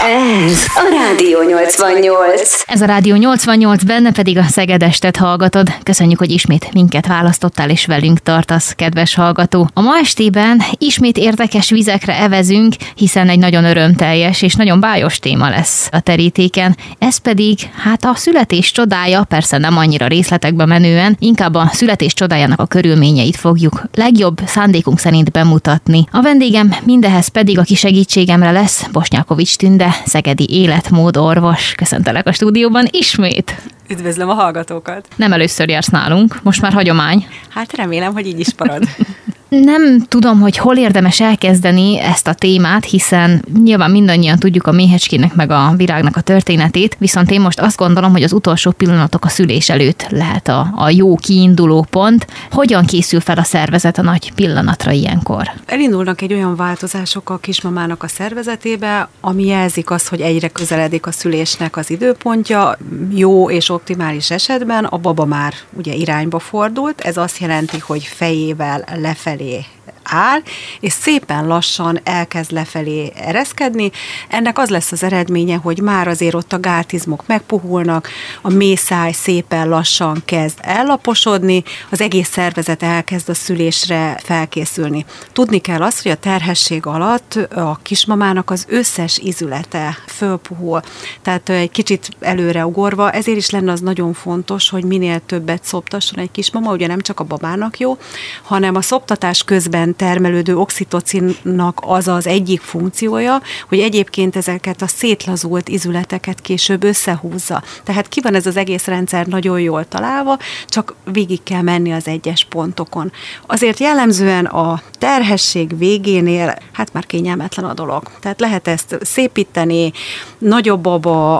Ez a Rádió 88. Ez a Rádió 88, benne pedig a Szegedestet hallgatod. Köszönjük, hogy ismét minket választottál és velünk tartasz, kedves hallgató. A ma estében ismét érdekes vizekre evezünk, hiszen egy nagyon örömteljes és nagyon bájos téma lesz a terítéken. Ez pedig, a születés csodája, persze nem annyira részletekbe menően, inkább a születés csodájának a körülményeit fogjuk legjobb szándékunk szerint bemutatni. A vendégem mindehez pedig, aki segítségemre lesz, Bosnyákovics Tünde, szegedi életmódorvos. Köszöntelek a stúdióban ismét. Üdvözlöm a hallgatókat. Nem először jársz nálunk, most már hagyomány. Remélem, hogy így is marad. Nem tudom, hogy hol érdemes elkezdeni ezt a témát, hiszen nyilván mindannyian tudjuk a méhecskének meg a virágnak a történetét, viszont én most azt gondolom, hogy az utolsó pillanatok a szülés előtt lehet a jó kiinduló pont. Hogyan készül fel a szervezet a nagy pillanatra ilyenkor? Elindulnak egy olyan változások a kismamának a szervezetébe, ami jelzik azt, hogy egyre közeledik a szülésnek az időpontja. Jó és optimális esetben a baba már ugye irányba fordult, ez azt jelenti, hogy fejével lefelé áll, és szépen lassan elkezd lefelé ereszkedni. Ennek az lesz az eredménye, hogy már azért ott a gátizmok megpuhulnak, a méhszáj szépen lassan kezd ellaposodni, az egész szervezet elkezd a szülésre felkészülni. Tudni kell azt, hogy a terhesség alatt a kismamának az összes izülete fölpuhul. Tehát egy kicsit előreugorva, ezért is lenne az nagyon fontos, hogy minél többet szoptasson egy kismama, ugye nem csak a babának jó, hanem a szoptatás közben termelődő oxitocinnak az az egyik funkciója, hogy egyébként ezeket a szétlazult izületeket később összehúzza. Tehát ki van ez az egész rendszer nagyon jól találva, csak végig kell menni az egyes pontokon. Azért jellemzően a terhesség végénél már kényelmetlen a dolog. Tehát lehet ezt szépíteni, nagyobb baba,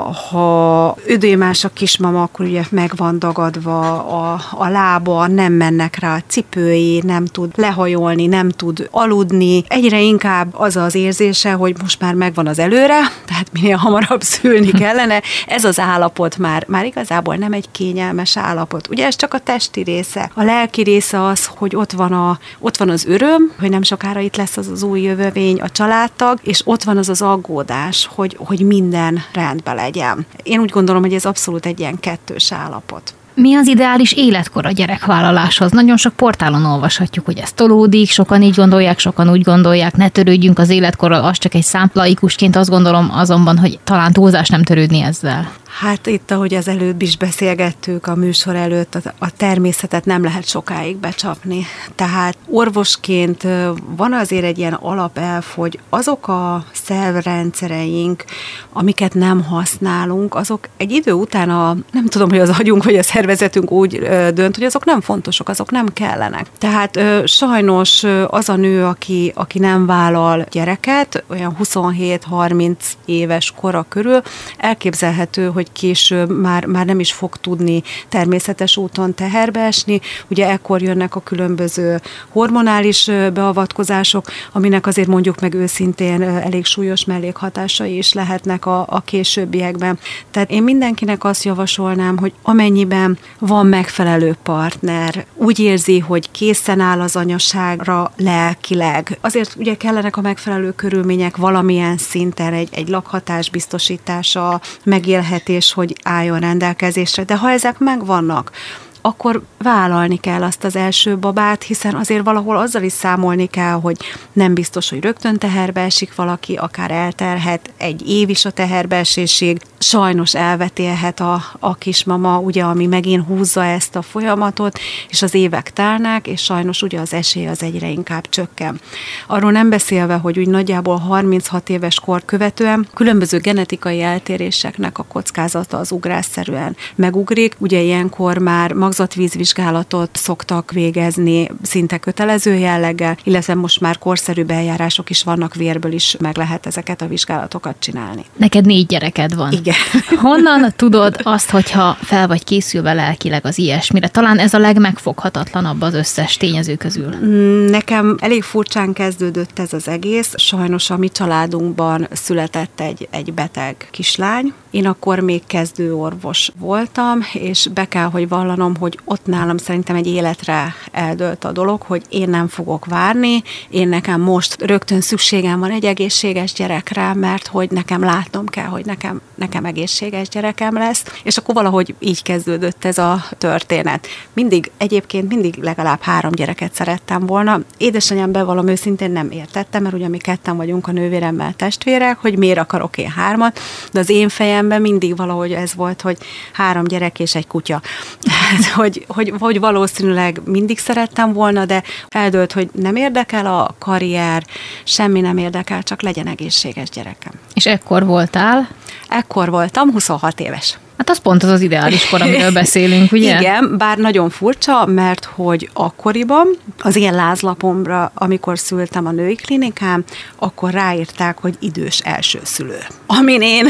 ha ödémás a kismama, akkor ugye meg van dagadva a lába, nem mennek rá a cipői, nem tud lehajolni, nem tud aludni. Egyre inkább az az érzése, hogy most már megvan az előre, tehát minél hamarabb szülni kellene. Ez az állapot már igazából nem egy kényelmes állapot. Ugye ez csak a testi része. A lelki része az, hogy ott van az öröm, hogy nem sokára itt lesz az új jövővény, a családtag, és ott van az aggódás, hogy minden rendben legyen. Én úgy gondolom, hogy ez abszolút egy ilyen kettős állapot. Mi az ideális életkor a gyerekvállaláshoz? Nagyon sok portálon olvashatjuk, hogy ez tolódik, sokan így gondolják, sokan úgy gondolják, ne törődjünk az életkorral, az csak egy szám. Laikusként azt gondolom azonban, hogy talán túlzás nem törődni ezzel. Itt, ahogy az előbb is beszélgettük a műsor előtt, a természetet nem lehet sokáig becsapni. Tehát orvosként van azért egy ilyen alapelv, hogy azok a szervrendszereink, amiket nem használunk, azok egy idő után nem tudom, hogy az agyunk vagy a szervezetünk úgy dönt, hogy azok nem fontosak, azok nem kellenek. Tehát sajnos az a nő, aki nem vállal gyereket, olyan 27-30 éves kora körül, elképzelhető, hogy később már nem is fog tudni természetes úton teherbe esni. Ugye ekkor jönnek a különböző hormonális beavatkozások, aminek azért mondjuk meg őszintén elég súlyos mellékhatásai is lehetnek a későbbiekben. Tehát én mindenkinek azt javasolnám, hogy amennyiben van megfelelő partner, úgy érzi, hogy készen áll az anyaságra lelkileg. Azért ugye kellenek a megfelelő körülmények valamilyen szinten, egy lakhatás biztosítása, megélhetés, hogy álljon rendelkezésre, de ha ezek megvannak, akkor vállalni kell azt az első babát, hiszen azért valahol azzal is számolni kell, hogy nem biztos, hogy rögtön teherbe esik valaki, akár elterhet egy év is a teherbeesésig, sajnos elvetélhet a kismama, ugye, ami megint húzza ezt a folyamatot, és az évek telnek, és sajnos ugye az esély az egyre inkább csökken. Arról nem beszélve, hogy úgy nagyjából 36 éves kor követően különböző genetikai eltéréseknek a kockázata az ugrásszerűen megugrik, ugye ilyenkor már magzatvízvizsgálatot szoktak végezni szinte kötelező jelleggel, illetve most már korszerűbb eljárások is vannak, vérből is meg lehet ezeket a vizsgálatokat csinálni. Neked 4 gyereked van. Igen. Honnan tudod azt, hogyha fel vagy készülve lelkileg az ilyesmire? Talán ez a legmegfoghatatlanabb az összes tényező közül. Nekem elég furcsán kezdődött ez az egész. Sajnos a mi családunkban született egy beteg kislány, Én akkor még kezdőorvos voltam, és be kell, hogy vallanom, hogy ott nálam szerintem egy életre eldőlt a dolog, hogy én nem fogok várni, én nekem most rögtön szükségem van egy egészséges gyerekre, mert hogy nekem látnom kell, hogy nekem egészséges gyerekem lesz, és akkor valahogy így kezdődött ez a történet. Egyébként mindig legalább 3 gyereket szerettem volna. Édesanyám, bevallom őszintén, nem értettem, mert ugye mi ketten vagyunk a nővéremmel testvérek, hogy miért akarok én 3, de az én fejemben mindig valahogy ez volt, hogy 3 gyerek és egy kutya. hogy valószínűleg mindig szerettem volna, de eldőlt, hogy nem érdekel a karrier, semmi nem érdekel, csak legyen egészséges gyerekem. És ekkor voltál? Ekkor voltam, 26 éves. Hát az pont az ideális kor, amiről beszélünk, ugye? Igen, bár nagyon furcsa, mert hogy akkoriban az én lázlapomra, amikor szültem a női klinikán, akkor ráírták, hogy idős elsőszülő. Amin én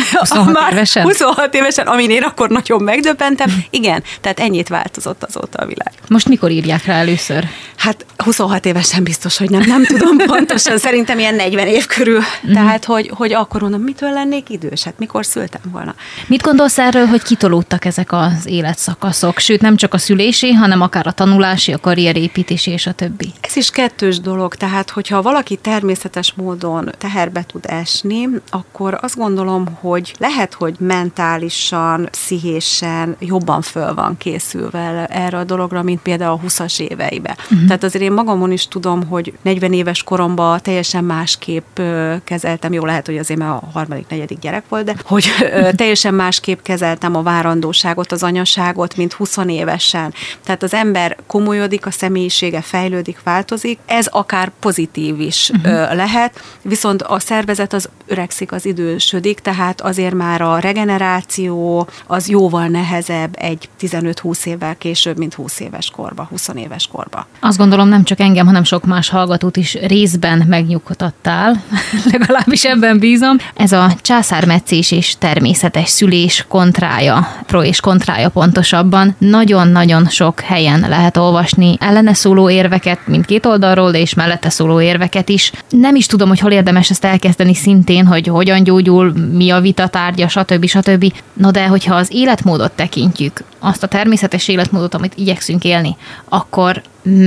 26 évesen, amin én akkor nagyon megdöbbentem. Igen, tehát ennyit változott azóta a világ. Most mikor írják rá először? Hát 26 évesen biztos, hogy nem tudom pontosan, szerintem ilyen 40 év körül. Tehát, hogy akkor mondom, mitől lennék idős? Hát mikor szültem volna? Mit gondolsz erről, hogy kitolódtak ezek az életszakaszok? Sőt, nem csak a szülési, hanem akár a tanulási, a karrierépítési és a többi. Ez is kettős dolog, tehát hogyha valaki természetes módon teherbe tud esni, akkor azt gondolom, hogy lehet, hogy mentálisan, pszichésen jobban föl van készülve erre a dologra, mint például a 20-as éveibe. Tehát azért én magamon is tudom, hogy 40 éves koromban teljesen másképp kezeltem, jó lehet, hogy azért már a 3., 4. gyerek volt, de hogy teljesen másképp kezeltem a várandóságot, az anyaságot, mint 20 évesen. Tehát az ember komolyodik, a személyisége fejlődik, változik, ez akár pozitív is lehet, viszont a szervezet az öregszik, az idősödik, tehát azért már a regeneráció az jóval nehezebb egy 15-20 évvel később, mint 20 éves korba, 20 éves korba. Azt gondolom, nem csak engem, hanem sok más hallgatót is részben megnyugtattál, legalábbis ebben bízom. Ez a császármetszés és természetes szülés kontrája, pro és kontrája pontosabban. Nagyon-nagyon sok helyen lehet olvasni ellene szóló érveket, mindkét oldalról, és mellette szóló érveket is. Nem is tudom, hogy hol érdemes ezt elkezdeni szintén, hogy hogyan gyógyul, mi a vita tárgya, stb. No de, hogyha az életmódot tekintjük, azt a természetes életmódot, amit igyekszünk élni, akkor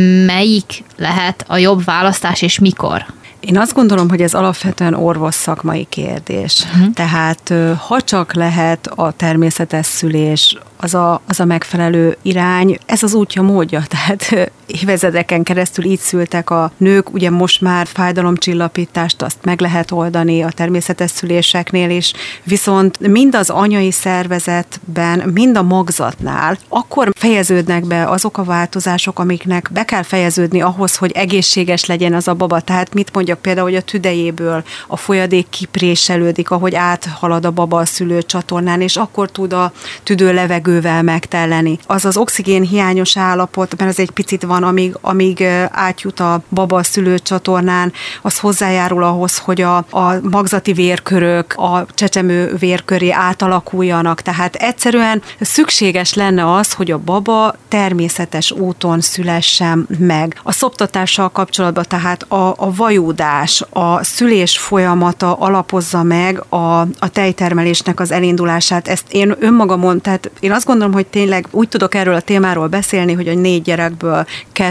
melyik lehet a jobb választás, és mikor? Én azt gondolom, hogy ez alapvetően orvos szakmai kérdés. Tehát ha csak lehet a természetes szülés, az a megfelelő irány, ez az útja, módja, tehát évezredeken keresztül így szültek a nők, ugye most már fájdalomcsillapítást azt meg lehet oldani a természetes szüléseknél is, viszont mind az anyai szervezetben, mind a magzatnál akkor fejeződnek be azok a változások, amiknek be kell fejeződni ahhoz, hogy egészséges legyen az a baba. Tehát mit mondjak például, hogy a tüdejéből a folyadék kipréselődik, ahogy áthalad a baba a szülőcsatornán, és akkor tud a tüdő levegővel megtelleni. Az az oxigén hiányos állapot, mert az egy picit van, amíg átjut a baba a szülőcsatornán, az hozzájárul ahhoz, hogy a magzati vérkörök, a csecsemő vérköré átalakuljanak. Tehát egyszerűen szükséges lenne az, hogy a baba természetes úton szülessen meg. A szoptatással kapcsolatban tehát a vajúdás, a szülés folyamata alapozza meg a tejtermelésnek az elindulását. Ezt én önmagamon, tehát én azt gondolom, hogy tényleg úgy tudok erről a témáról beszélni, hogy a 4 gyerekből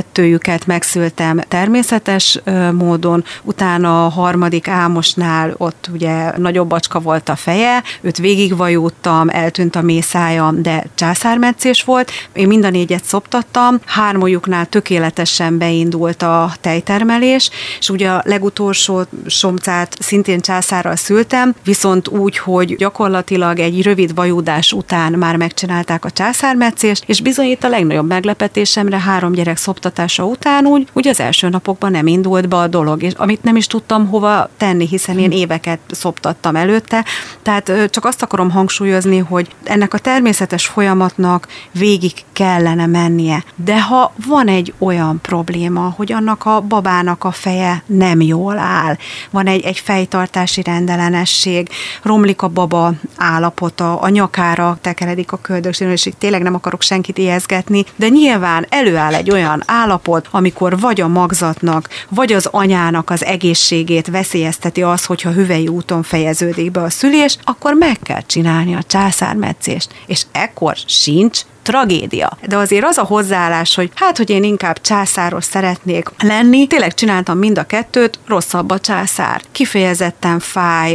2 megszültem természetes módon, utána a 3. Ámosnál ott ugye nagyobb bacska volt a feje, őt végigvajúdtam, eltűnt a mészája, de császármetszés volt. Én mind a 4 szoptattam, 3-juknál tökéletesen beindult a tejtermelés, és ugye a legutolsó somcát szintén császárral szültem, viszont úgy, hogy gyakorlatilag egy rövid vajúdás után már megcsinálták a császármetszést, és bizony itt a legnagyobb meglepetésemre 3 gyerek szoptatása után úgy az első napokban nem indult be a dolog, és amit nem is tudtam hova tenni, hiszen én éveket szoptattam előtte, tehát csak azt akarom hangsúlyozni, hogy ennek a természetes folyamatnak végig kellene mennie. De ha van egy olyan probléma, hogy annak a babának a feje nem jól áll, van egy fejtartási rendellenesség, romlik a baba állapota, a nyakára tekeredik a köd, köldökségről, és itt tényleg nem akarok senkit ijeszgetni, de nyilván előáll egy olyan állapot, amikor vagy a magzatnak, vagy az anyának az egészségét veszélyezteti az, hogyha hüvely úton fejeződik be a szülés, akkor meg kell csinálni a császármetszést, és ekkor sincs tragédia. De azért az a hozzáállás, hogy hogy én inkább császáros szeretnék lenni, tényleg csináltam mind a kettőt, rosszabb a császár. Kifejezetten fáj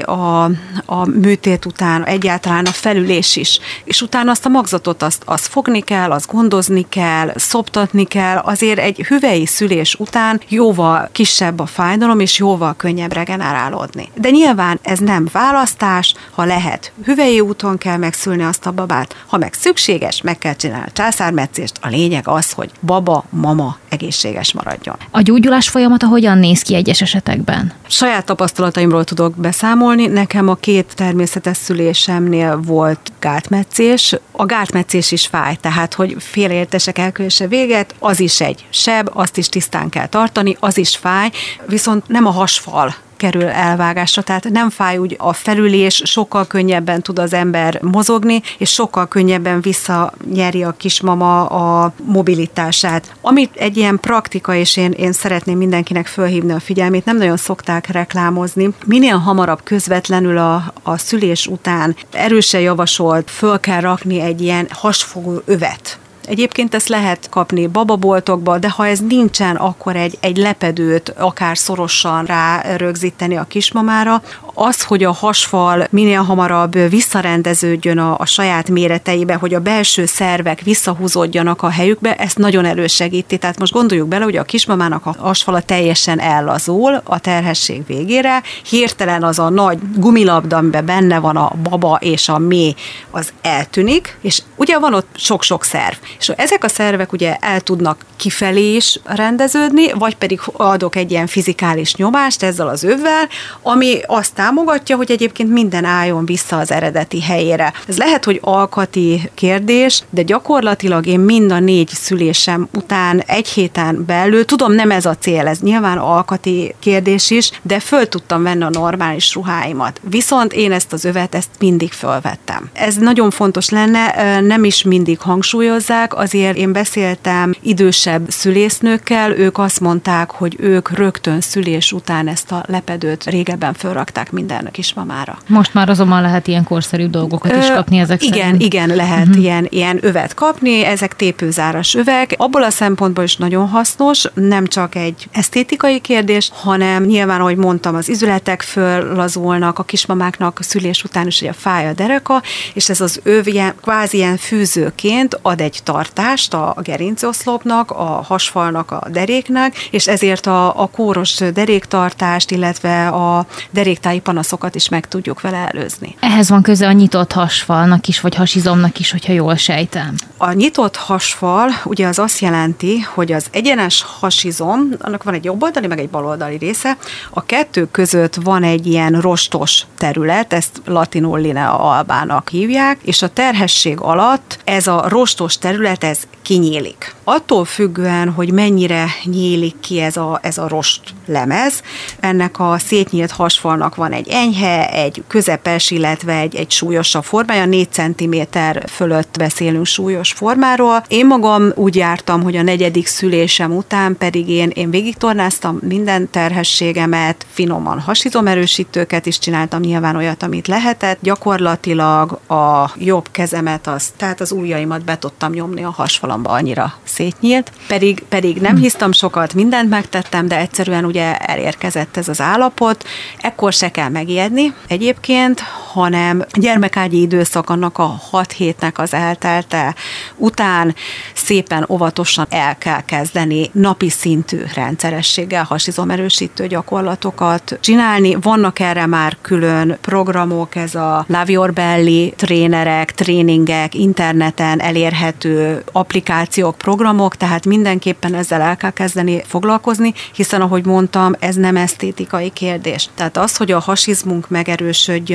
a műtét után, egyáltalán a felülés is. És utána azt a magzatot azt fogni kell, azt gondozni kell, szoptatni kell, azért egy hüvelyi szülés után jóval kisebb a fájdalom, és jóval könnyebb regenerálódni. De nyilván ez nem választás, ha lehet, hüvelyi úton kell megszülni azt a babát, ha meg szükséges, meg kell csinálni a császármetszést, a lényeg az, hogy baba, mama egészséges maradjon. A gyógyulás folyamata hogyan néz ki egyes esetekben? Saját tapasztalataimról tudok beszámolni. Nekem a 2 természetes szülésemnél volt gátmetszés. A gátmetszés is fáj, tehát hogy félreértések elkövése véget, az is egy seb, azt is tisztán kell tartani, az is fáj, viszont nem a hasfal kerül elvágásra, tehát nem fáj úgy a felülés, sokkal könnyebben tud az ember mozogni, és sokkal könnyebben visszanyeri a kismama a mobilitását. Amit egy ilyen praktika, és én szeretném mindenkinek fölhívni a figyelmét, nem nagyon szokták reklámozni. Minél hamarabb közvetlenül a szülés után erősen javasolt, föl kell rakni egy ilyen hasfogó övet. Egyébként ezt lehet kapni bababoltokba, de ha ez nincsen, akkor egy lepedőt akár szorosan rárögzíteni a kismamára. Az, hogy a hasfal minél hamarabb visszarendeződjön a saját méreteibe, hogy a belső szervek visszahúzódjanak a helyükbe, ezt nagyon elősegíti. Tehát most gondoljuk bele, hogy a kismamának a hasfala teljesen ellazul a terhesség végére, hirtelen az a nagy gumilabda, amiben benne van a baba és a méh, az eltűnik, és ugye van ott sok-sok szerv. És ezek a szervek ugye el tudnak kifelé is rendeződni, vagy pedig adok egy ilyen fizikális nyomást ezzel az övvel, ami azt támogatja, hogy egyébként minden álljon vissza az eredeti helyére. Ez lehet, hogy alkati kérdés, de gyakorlatilag én mind a 4 szülésem után 1 héten belül, tudom, nem ez a cél, ez nyilván alkati kérdés is, de föl tudtam venni a normális ruháimat. Viszont én ezt az övet, ezt mindig fölvettem. Ez nagyon fontos lenne, nem is mindig hangsúlyozzák, azért én beszéltem idősebb szülésznőkkel, ők azt mondták, hogy ők rögtön szülés után ezt a lepedőt régebben fölrakták minden kismamára. Most már azonban lehet ilyen korszerű dolgokat is kapni ezek szerint. Igen, lehet ilyen övet kapni, ezek tépőzáras övek. Abból a szempontból is nagyon hasznos, nem csak egy esztétikai kérdés, hanem nyilván, ahogy mondtam, az izületek föllazulnak, a kismamáknak a szülés után is ugye fáj a dereka, és ez az öv kvázi ilyen fűzőként ad egy tartást a gerincoszlopnak, a hasfalnak, a deréknek, és ezért a kóros deréktartást, illetve a deréktáji panaszokat is meg tudjuk vele előzni. Ehhez van köze a nyitott hasfalnak is, vagy hasizomnak is, hogyha jól sejtem. A nyitott hasfal ugye az azt jelenti, hogy az egyenes hasizom, annak van egy jobboldali, meg egy baloldali része, a kettő között van egy ilyen rostos terület, ezt latinul linea albának hívják, és a terhesség alatt ez a rostos terület, ez kinyílik. Attól függően, hogy mennyire nyílik ki ez a rost lemez, ennek a szétnyílt hasfalnak van egy enyhe, egy közepes, illetve egy súlyosabb formája, 4 cm fölött beszélünk súlyos formáról. Én magam úgy jártam, hogy a 4. szülésem után pedig én végigtornáztam minden terhességemet, finoman hasizomerősítőket is csináltam, nyilván olyat, amit lehetett. Gyakorlatilag a jobb kezemet, tehát az ujjaimat be tudtam nyomni a hasfalamba, annyira szétnyílt. Pedig nem hisztam sokat, mindent megtettem, de egyszerűen ugye elérkezett ez az állapot. Ekkor se kell megijedni egyébként, hanem gyermekágyi időszak, annak a 6 hétnek az eltelte után szépen óvatosan el kell kezdeni napi szintű rendszerességgel hasizomerősítő gyakorlatokat csinálni. Vannak erre már külön programok, ez a Love Your Belly trénerek, tréningek, interneten elérhető applikációk, programok, tehát mindenképpen ezzel el kell kezdeni foglalkozni, hiszen ahogy mondtam, ez nem esztétikai kérdés. Tehát az, hogy a hasizmunk megerősödjön, az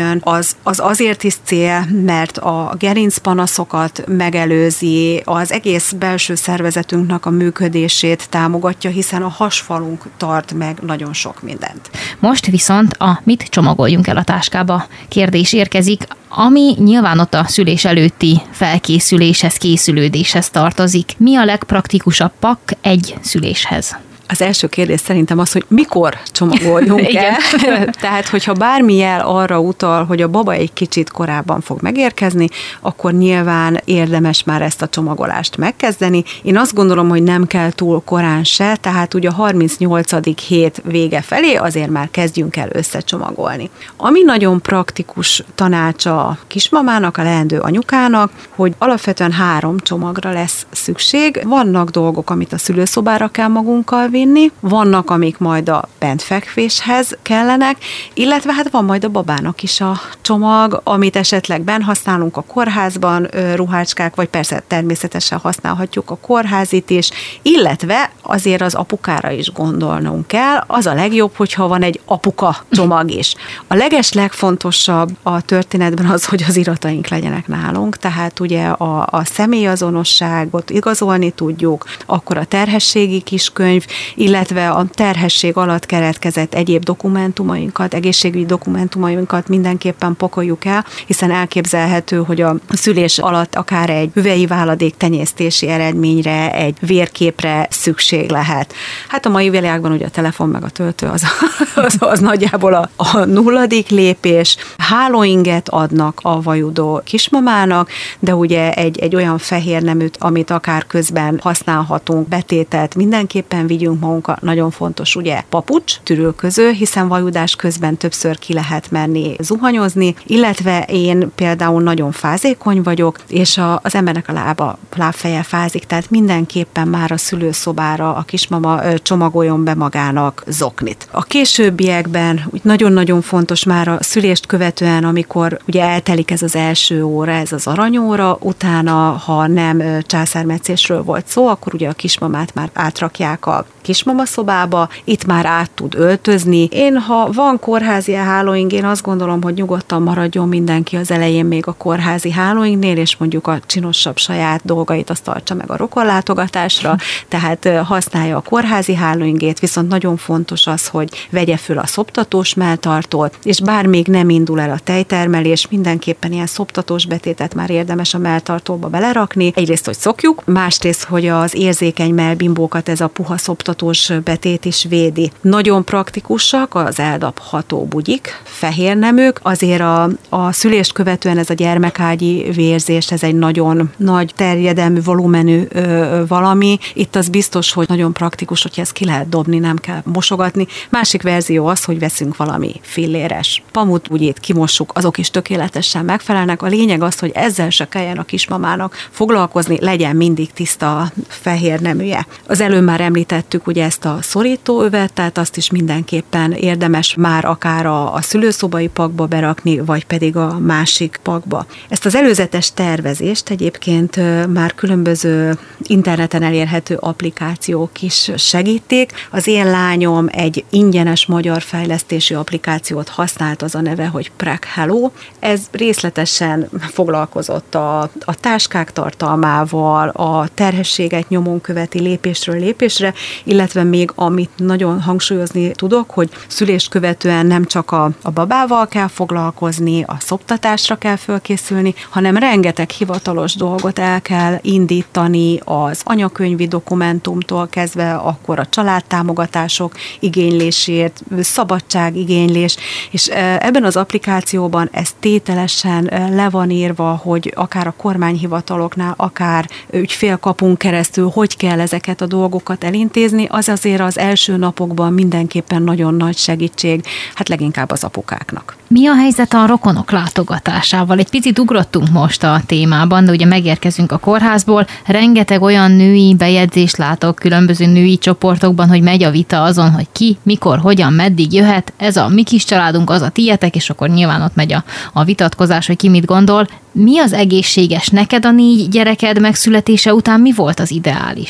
az azért is cél, mert a gerincpanaszokat megelőzi, az egész belső szervezetünknek a működését támogatja, hiszen a hasfalunk tart meg nagyon sok mindent. Most viszont a mit csomagoljunk el a táskába kérdés érkezik, ami nyilván ott a szülés előtti felkészüléshez, készülődéshez tartozik. Mi a legpraktikusabb pak egy szüléshez? Az első kérdés szerintem az, hogy mikor csomagoljunk el. Tehát, hogyha bármi jel arra utal, hogy a baba egy kicsit korábban fog megérkezni, akkor nyilván érdemes már ezt a csomagolást megkezdeni. Én azt gondolom, hogy nem kell túl korán se, tehát ugye a 38. hét vége felé azért már kezdjünk el összecsomagolni. Ami nagyon praktikus tanácsa a kismamának, a leendő anyukának, hogy alapvetően 3 csomagra lesz szükség. Vannak dolgok, amit a szülőszobára kell magunkkal vinni, vannak, amik majd a bentfekvéshez kellenek, illetve hát van majd a babának is a csomag, amit esetleg benn használunk a kórházban, ruhácskák, vagy persze természetesen használhatjuk a kórházit is, illetve azért az apukára is gondolnunk kell, az a legjobb, hogyha van egy apuka csomag is. A legfontosabb a történetben az, hogy az irataink legyenek nálunk, tehát ugye a személyazonosságot igazolni tudjuk, akkor a terhességi kiskönyv, illetve a terhesség alatt keletkezett egyéb dokumentumainkat, egészségügyi dokumentumainkat mindenképpen pakoljuk el, hiszen elképzelhető, hogy a szülés alatt akár egy hüvei váladék tenyésztési eredményre, egy vérképre szükség lehet. Hát a mai világban ugye a telefon meg a töltő az nagyjából a 0. lépés. Hálóinget adnak a vajudó kismamának, de ugye egy olyan fehér neműt, amit akár közben használhatunk, betételt mindenképpen vigyünk magunkkal, nagyon fontos ugye papucs, tűrőköző, hiszen vajudás közben többször ki lehet menni zuhanyozni, illetve én például nagyon fázékony vagyok, és az embernek a lábfeje fázik, tehát mindenképpen már a szülőszobára a kismama csomagoljon be magának zoknit. A későbbiekben nagyon-nagyon fontos már a szülést követően, amikor ugye eltelik ez az első óra, ez az aranyóra, utána, ha nem császármetszésről volt szó, akkor ugye a kismamát már átrakják a kismama szobába, itt már át tud öltözni. Én, ha van kórházi hálóing, én azt gondolom, hogy nyugodtan maradjon mindenki az elején még a kórházi hálóingnél, és mondjuk a csinosabb saját dolgait azt tartsa meg a rokonlátogatásra, tehát használja a kórházi hálóingét, viszont nagyon fontos az, hogy vegye föl a szoptatós melltartót, és bár még nem indul el a tejtermelés, mindenképpen ilyen szoptatós betétet már érdemes a melltartóba belerakni. Egyrészt, hogy szokjuk, másrészt, hogy az érzékeny mellbimbókat ez a puha szoptatós betét is védi. Nagyon praktikusak az eldobható bugyik, fehér neműk, azért a szülést követően ez a gyermekágyi vérzés, ez egy nagyon nagy terjedelmű, volumenű valami. Itt az biztos, hogy nagyon praktikus, hogy ezt ki lehet dobni, nem kell mosogatni. Másik verzió az, hogy veszünk valami filléres pamutbugyit, kimossuk, azok is tökéletesen megfelelnek. A lényeg az, hogy ezzel se kelljen a kismamának foglalkozni, legyen mindig tiszta fehér neműje. Az előbb már említettük ugye ezt a szorítóövet, tehát azt is mindenképpen érdemes már akár a szülőszobai pakba berakni, vagy pedig a másik pakba. Ezt az előzetes tervezést egyébként már különböző interneten elérhető applikációk is segítik. Az én lányom egy ingyenes magyar fejlesztési applikációt használt, az a neve, hogy Preg Hello. Ez részletesen foglalkozott a táskák tartalmával, a terhességet nyomon követi lépésről lépésre, illetve még amit nagyon hangsúlyozni tudok, hogy szülést követően nem csak a babával kell foglalkozni, a szoptatásra kell fölkészülni, hanem rengeteg hivatalos dolgot el kell indítani, az anyakönyvi dokumentumtól kezdve, akkor a családtámogatások igénylésért, szabadságigénylés, és ebben az applikációban ez tételesen le van írva, hogy akár a kormányhivataloknál, akár ügyfélkapunk keresztül, hogy kell ezeket a dolgokat elintézni, az azért az első napokban mindenképpen nagyon nagy segítség, hát leginkább az apukáknak. Mi a helyzet a rokonok látogatásával? Egy picit ugrottunk most a témában, de ugye megérkezünk a kórházból, rengeteg olyan női bejegyzést látok különböző női csoportokban, hogy megy a vita azon, hogy ki, mikor, hogyan, meddig jöhet, ez a mi kis családunk, az a tietek, és akkor nyilván ott megy a vitatkozás, hogy ki mit gondol. Mi az egészséges? Neked a 4 gyereked megszületése után mi volt az ideális?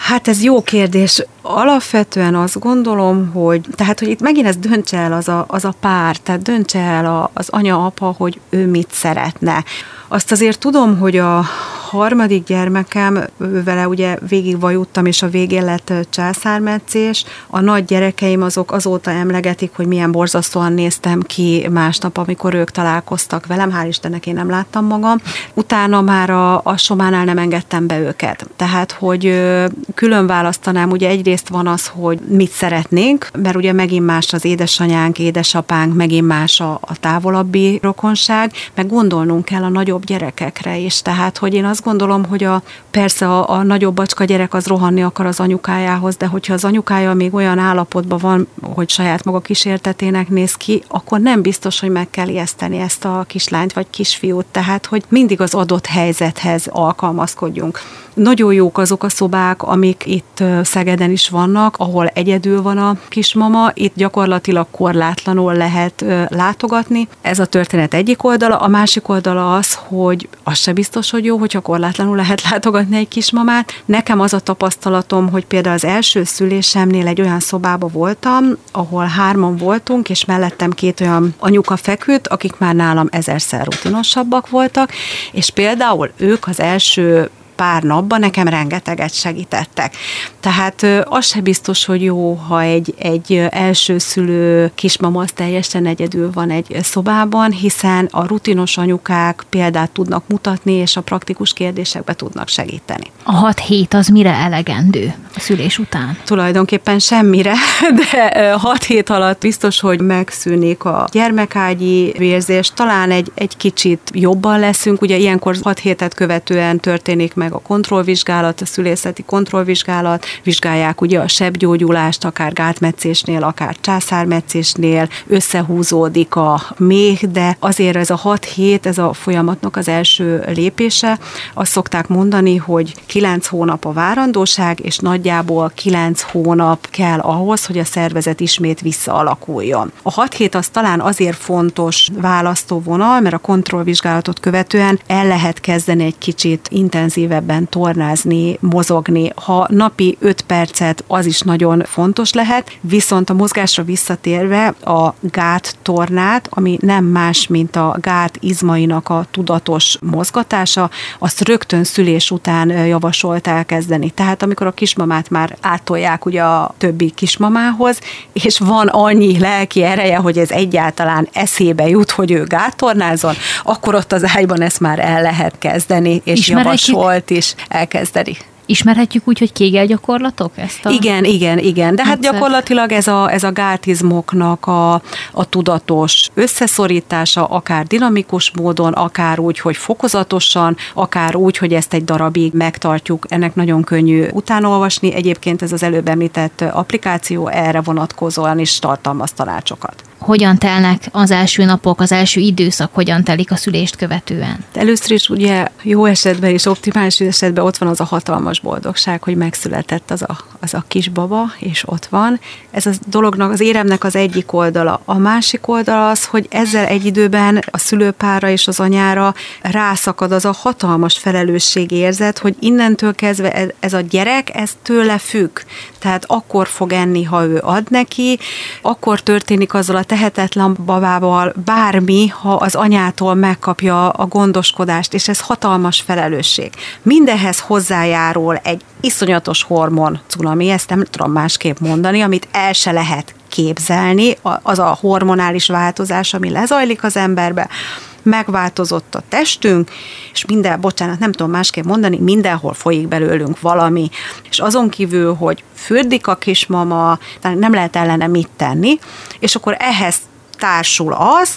Hát ez jó kérdés. Alapvetően azt gondolom, hogy itt megint ez döntse el az a pár, tehát döntse el az anya-apa, hogy ő mit szeretne. Azt azért tudom, hogy a harmadik gyermekem, vele ugye végig vajudtam, és a végén lett császármetszés. A nagy gyerekeim azok azóta emlegetik, hogy milyen borzasztóan néztem ki másnap, amikor ők találkoztak velem. Hál' Istennek én nem láttam magam. Utána már a sománál nem engedtem be őket. Tehát, hogy külön választanám, ugye egyrészt van az, hogy mit szeretnénk, mert ugye megint más az édesanyánk, édesapánk, megint más a távolabbi rokonság, meg gondolnunk kell a nagyobb gyerekekre is. Tehát, hogy én azt gondolom, hogy persze a nagyobb bacska gyerek az rohanni akar az anyukájához, de hogyha az anyukája még olyan állapotban van, hogy saját maga kísértetének néz ki, akkor nem biztos, hogy meg kell ijeszteni ezt a kislányt vagy kisfiút. Tehát, hogy mindig az adott helyzethez alkalmazkodjunk. Nagyon jók azok a szobák, amik itt Szegeden is vannak, ahol egyedül van a kismama, itt gyakorlatilag korlátlanul lehet látogatni. Ez a történet egyik oldala, a másik oldala az, hogy az se biztos, hogy jó, hogyha korlátlanul lehet látogatni egy kismamát. Nekem az a tapasztalatom, hogy például az első szülésemnél egy olyan szobába voltam, ahol 3-an voltunk, és mellettem 2 olyan anyuka feküdt, akik már nálam 1000-szer rutinosabbak voltak, és például ők az első pár napban nekem rengeteget segítettek. Tehát az se biztos, hogy jó, ha egy elsőszülő kismama az teljesen egyedül van egy szobában, hiszen a rutinos anyukák példát tudnak mutatni, és a praktikus kérdésekbe tudnak segíteni. A 6 hét az mire elegendő a szülés után? Tulajdonképpen semmire, de 6 hét alatt biztos, hogy megszűnik a gyermekágyi vérzés, talán egy kicsit jobban leszünk, ugye ilyenkor 6 hétet követően történik meg a kontrollvizsgálat, a szülészeti kontrollvizsgálat, vizsgálják ugye a sebgyógyulást, akár gátmetszésnél, akár császármetszésnél, összehúzódik a méh, de azért ez a 6 hét, ez a folyamatnak az első lépése. Azt szokták mondani, hogy 9 hónap a várandóság, és nagyjából 9 hónap kell ahhoz, hogy a szervezet ismét visszaalakuljon. A 6 hét az talán azért fontos választóvonal, mert a kontrollvizsgálatot követően el lehet kezdeni egy kicsit intenzívebben tornázni, mozogni. Ha napi 5 percet, az is nagyon fontos lehet, viszont a mozgásra visszatérve a gáttornát, ami nem más, mint a gát izmainak a tudatos mozgatása, azt rögtön szülés után javasolt elkezdeni. Tehát amikor a kismamát már áttolják ugye a többi kismamához, és van annyi lelki ereje, hogy ez egyáltalán eszébe jut, hogy ő gáttornázon, akkor ott az ágyban ezt már el lehet kezdeni, és javasolt is elkezdeni. Ismerhetjük úgy, hogy Kégel gyakorlatok ezt? Igen. De hát gyakorlatilag ez a gátizmoknak a tudatos összeszorítása, akár dinamikus módon, akár úgy, hogy fokozatosan, akár úgy, hogy ezt egy darabig megtartjuk. Ennek nagyon könnyű utánolvasni. Egyébként ez az előbb említett applikáció erre vonatkozóan is tartalmaz tanácsokat. Hogyan telnek az első napok, az első időszak, hogyan telik a szülést követően? Először is ugye jó esetben és optimális esetben ott van az a hatalmas boldogság, hogy megszületett az a kisbaba, és ott van. Ez a dolognak, az éremnek az egyik oldala. A másik oldala az, hogy ezzel egy időben a szülőpárra és az anyára rászakad az a hatalmas felelősségérzet, hogy innentől kezdve ez a gyerek, ez tőle függ. Tehát akkor fog enni, ha ő ad neki, akkor történik azzal a tehetetlen babával bármi, ha az anyától megkapja a gondoskodást, és ez hatalmas felelősség. Mindehhez hozzájárul egy iszonyatos hormon cunami, ezt nem tudom másképp mondani, amit el se lehet képzelni, az a hormonális változás, ami lezajlik az emberbe, megváltozott a testünk, és nem tudom másképp mondani, mindenhol folyik belőlünk valami, és azon kívül, hogy fürdik a kismama, nem lehet ellene mit tenni, és akkor ehhez társul az,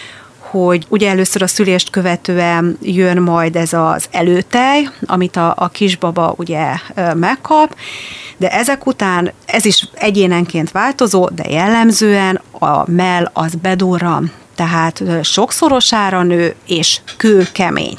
hogy ugye először a szülést követően jön majd ez az előtej, amit a kisbaba ugye megkap, de ezek után ez is egyénenként változó, de jellemzően a mell az bedurran, tehát sokszorosára nő, és kőkemény.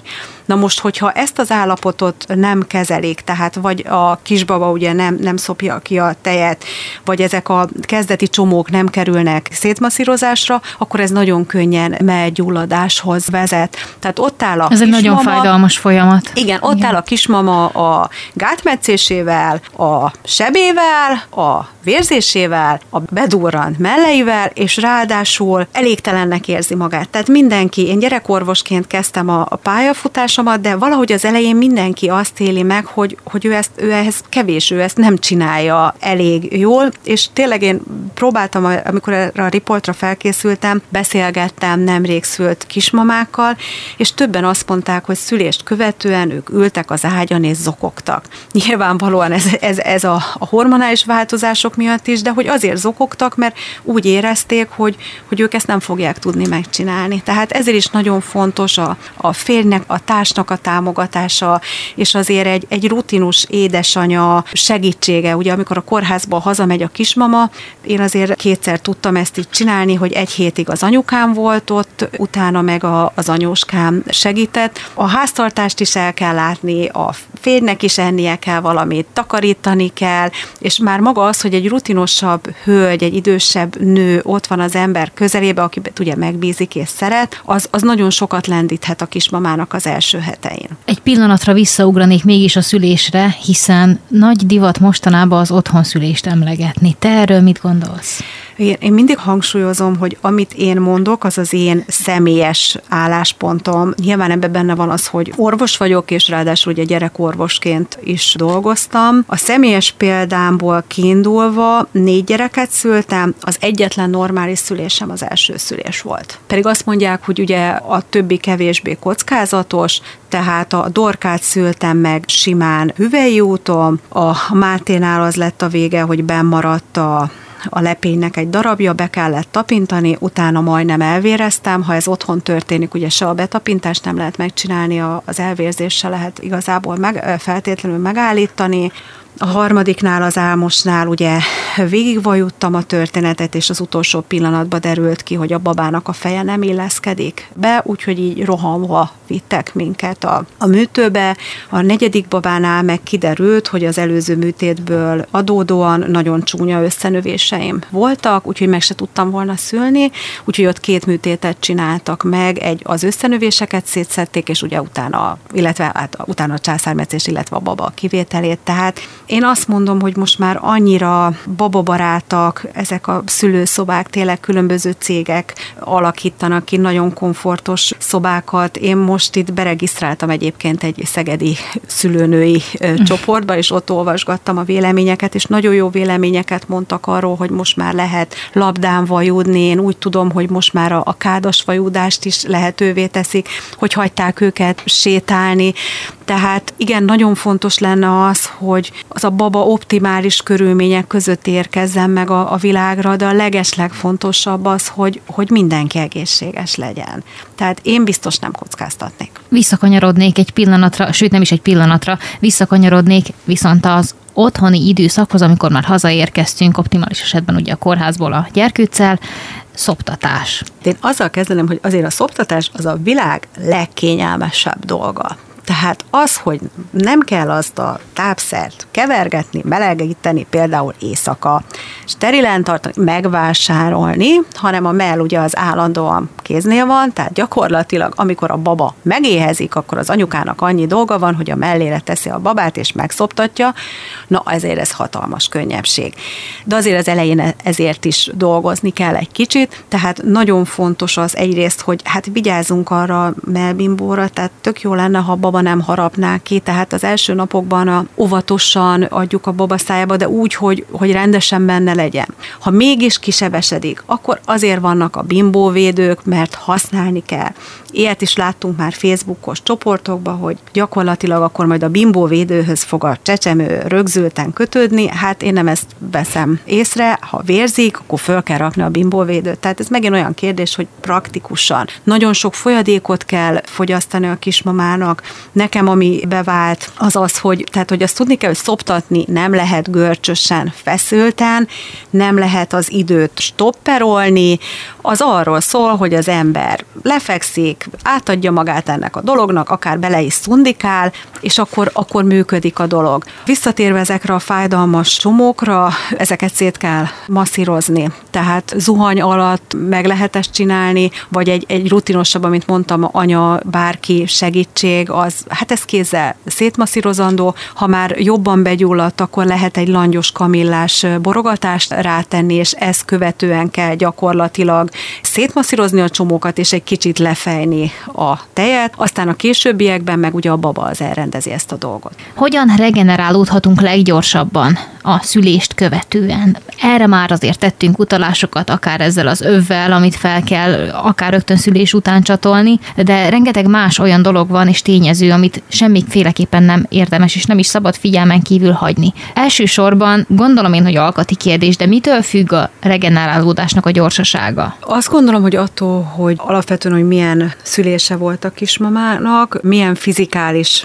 Na most, hogyha ezt az állapotot nem kezelik, tehát vagy a kisbaba ugye nem szopja ki a tejet, vagy ezek a kezdeti csomók nem kerülnek szétmasszírozásra, akkor ez nagyon könnyen mellgyulladáshoz vezet. Tehát ott áll a ez egy nagyon fájdalmas folyamat. Igen, ott áll a kismama a gátmetszésével, a sebével, a vérzésével, a bedurrant melleivel, és ráadásul elégtelennek érzi magát. Tehát mindenki, én gyerekorvosként kezdtem a pályafutásomat, de valahogy az elején mindenki azt éli meg, hogy ő ehhez kevés, ő ezt nem csinálja elég jól, és tényleg én próbáltam, amikor erre a riportra felkészültem, beszélgettem nemrég szült kismamákkal, és többen azt mondták, hogy szülést követően ők ültek az ágyon és zokogtak. Nyilvánvalóan ez a hormonális változások miatt is, de hogy azért zokogtak, mert úgy érezték, hogy ők ezt nem fogják tudni megcsinálni. Tehát ezért is nagyon fontos a férjnek, a társnak a támogatása, és azért egy rutinus édesanya segítsége. Ugye amikor a kórházba hazamegy a kismama, én azért kétszer tudtam ezt így csinálni, hogy egy hétig az anyukám volt ott, utána meg az anyóskám segített. A háztartást is el kell látni, a férjnek is ennie kell valamit, takarítani kell, és már maga az, hogy egy rutinosabb hölgy, egy idősebb nő ott van az ember közelébe, aki ugye megbízik és szeret, az nagyon sokat lendíthet a kismamának az első hetein. Egy pillanatra visszaugranék mégis a szülésre, hiszen nagy divat mostanában az otthonszülést emlegetni. Te erről mit gondolsz? Én mindig hangsúlyozom, hogy amit én mondok, az az én személyes álláspontom. Nyilván ebben benne van az, hogy orvos vagyok, és ráadásul ugye gyerekorvosként is dolgoztam. A személyes példámból kiindulva 4 gyereket szültem, az egyetlen normális szülésem az első szülés volt. Pedig azt mondják, hogy ugye a többi kevésbé kockázatos, tehát a Dorkát szültem meg simán hüvelyi úton, a Máténál az lett a vége, hogy bennmaradt a lepénynek egy darabja, be kellett tapintani, utána majdnem elvéreztem. Ha ez otthon történik, ugye se a betapintást nem lehet megcsinálni, az elvérzést se lehet igazából feltétlenül megállítani. A harmadiknál, az Álmosnál ugye végigvajuttam a történetet, és az utolsó pillanatban derült ki, hogy a babának a feje nem illeszkedik be, úgyhogy így rohanva vittek minket a műtőbe. A 4. babánál meg kiderült, hogy az előző műtétből adódóan nagyon csúnya összenövéseim voltak, úgyhogy meg se tudtam volna szülni, úgyhogy ott 2 műtétet csináltak meg, az összenövéseket szétszedték, és ugye utána a császármetszés, illetve a baba kivételét. Tehát én azt mondom, hogy most már annyira bababarátak, ezek a szülőszobák, tényleg különböző cégek alakítanak ki nagyon komfortos szobákat. Én most itt beregisztráltam egyébként egy szegedi szülőnői csoportba, és ott olvasgattam a véleményeket, és nagyon jó véleményeket mondtak arról, hogy most már lehet labdán vajudni. Én úgy tudom, hogy most már a kádas vajudást is lehetővé teszik, hogy hagyták őket sétálni. Tehát igen, nagyon fontos lenne az, hogy az a baba optimális körülmények között érkezzen meg a világra, de a legeslegfontosabb az, hogy mindenki egészséges legyen. Tehát én biztos nem kockáztatnék. Visszakanyarodnék egy pillanatra, sőt nem is egy pillanatra, visszakanyarodnék viszont az otthoni időszakhoz, amikor már hazaérkeztünk, optimális esetben ugye a kórházból a gyerkőccel, szoptatás. Én azzal kezdeném, hogy azért a szoptatás az a világ legkényelmesebb dolga. Tehát az, hogy nem kell azt a tápszert kevergetni, melegíteni, például éjszaka, sterilen tartani, megvásárolni, hanem a mell ugye az állandóan kéznél van, tehát gyakorlatilag amikor a baba megéhezik, akkor az anyukának annyi dolga van, hogy a mellére teszi a babát és megszoptatja, na ezért ez hatalmas könnyebbség. De azért az elején ezért is dolgozni kell egy kicsit, tehát nagyon fontos az egyrészt, hogy hát vigyázzunk arra a mellbimbóra, tehát tök jó lenne, ha a baba nem harapná ki, tehát az első napokban óvatosan adjuk a baba szájába, de úgy, hogy rendesen benne legyen. Ha mégis kisebesedik, akkor azért vannak a bimbóvédők, mert használni kell. Ilyet is láttunk már Facebookos csoportokban, hogy gyakorlatilag akkor majd a bimbóvédőhöz fog a csecsemő rögzülten kötődni, hát én nem ezt veszem észre, ha vérzik, akkor föl kell rakni a bimbóvédőt. Tehát ez megint olyan kérdés, hogy praktikusan. Nagyon sok folyadékot kell fogyasztani a kismamának. Nekem ami bevált, az, hogy azt tudni kell, hogy szoptatni nem lehet görcsösen, feszülten, nem lehet az időt stopperolni, az arról szól, hogy az ember lefekszik, átadja magát ennek a dolognak, akár bele is szundikál, és akkor működik a dolog. Visszatérve ezekre a fájdalmas csomókra, ezeket szét kell masszírozni. Tehát zuhany alatt meg lehet ezt csinálni, vagy egy rutinosabb, amit mondtam, anya, bárki segítség, hát ez kézzel szétmasszírozandó. Ha már jobban begyulladt, akkor lehet egy langyos kamillás borogatást rátenni, és ezt követően kell gyakorlatilag szétmasszírozni a csomókat, és egy kicsit lefejni a tejet. Aztán a későbbiekben meg ugye a baba az elrendezi ezt a dolgot. Hogyan regenerálódhatunk leggyorsabban a szülést követően? Erre már azért tettünk utalásokat, akár ezzel az övvel, amit fel kell akár rögtön szülés után csatolni, de rengeteg más olyan dolog van és tényező, amit semmiféleképpen nem érdemes és nem is szabad figyelmen kívül hagyni. Elsősorban gondolom én, hogy alkati kérdés, de mitől függ a regenerálódásnak a gyorsasága? Azt gondolom, hogy attól, hogy alapvetően, hogy milyen szülése volt a kismamának, milyen fizikális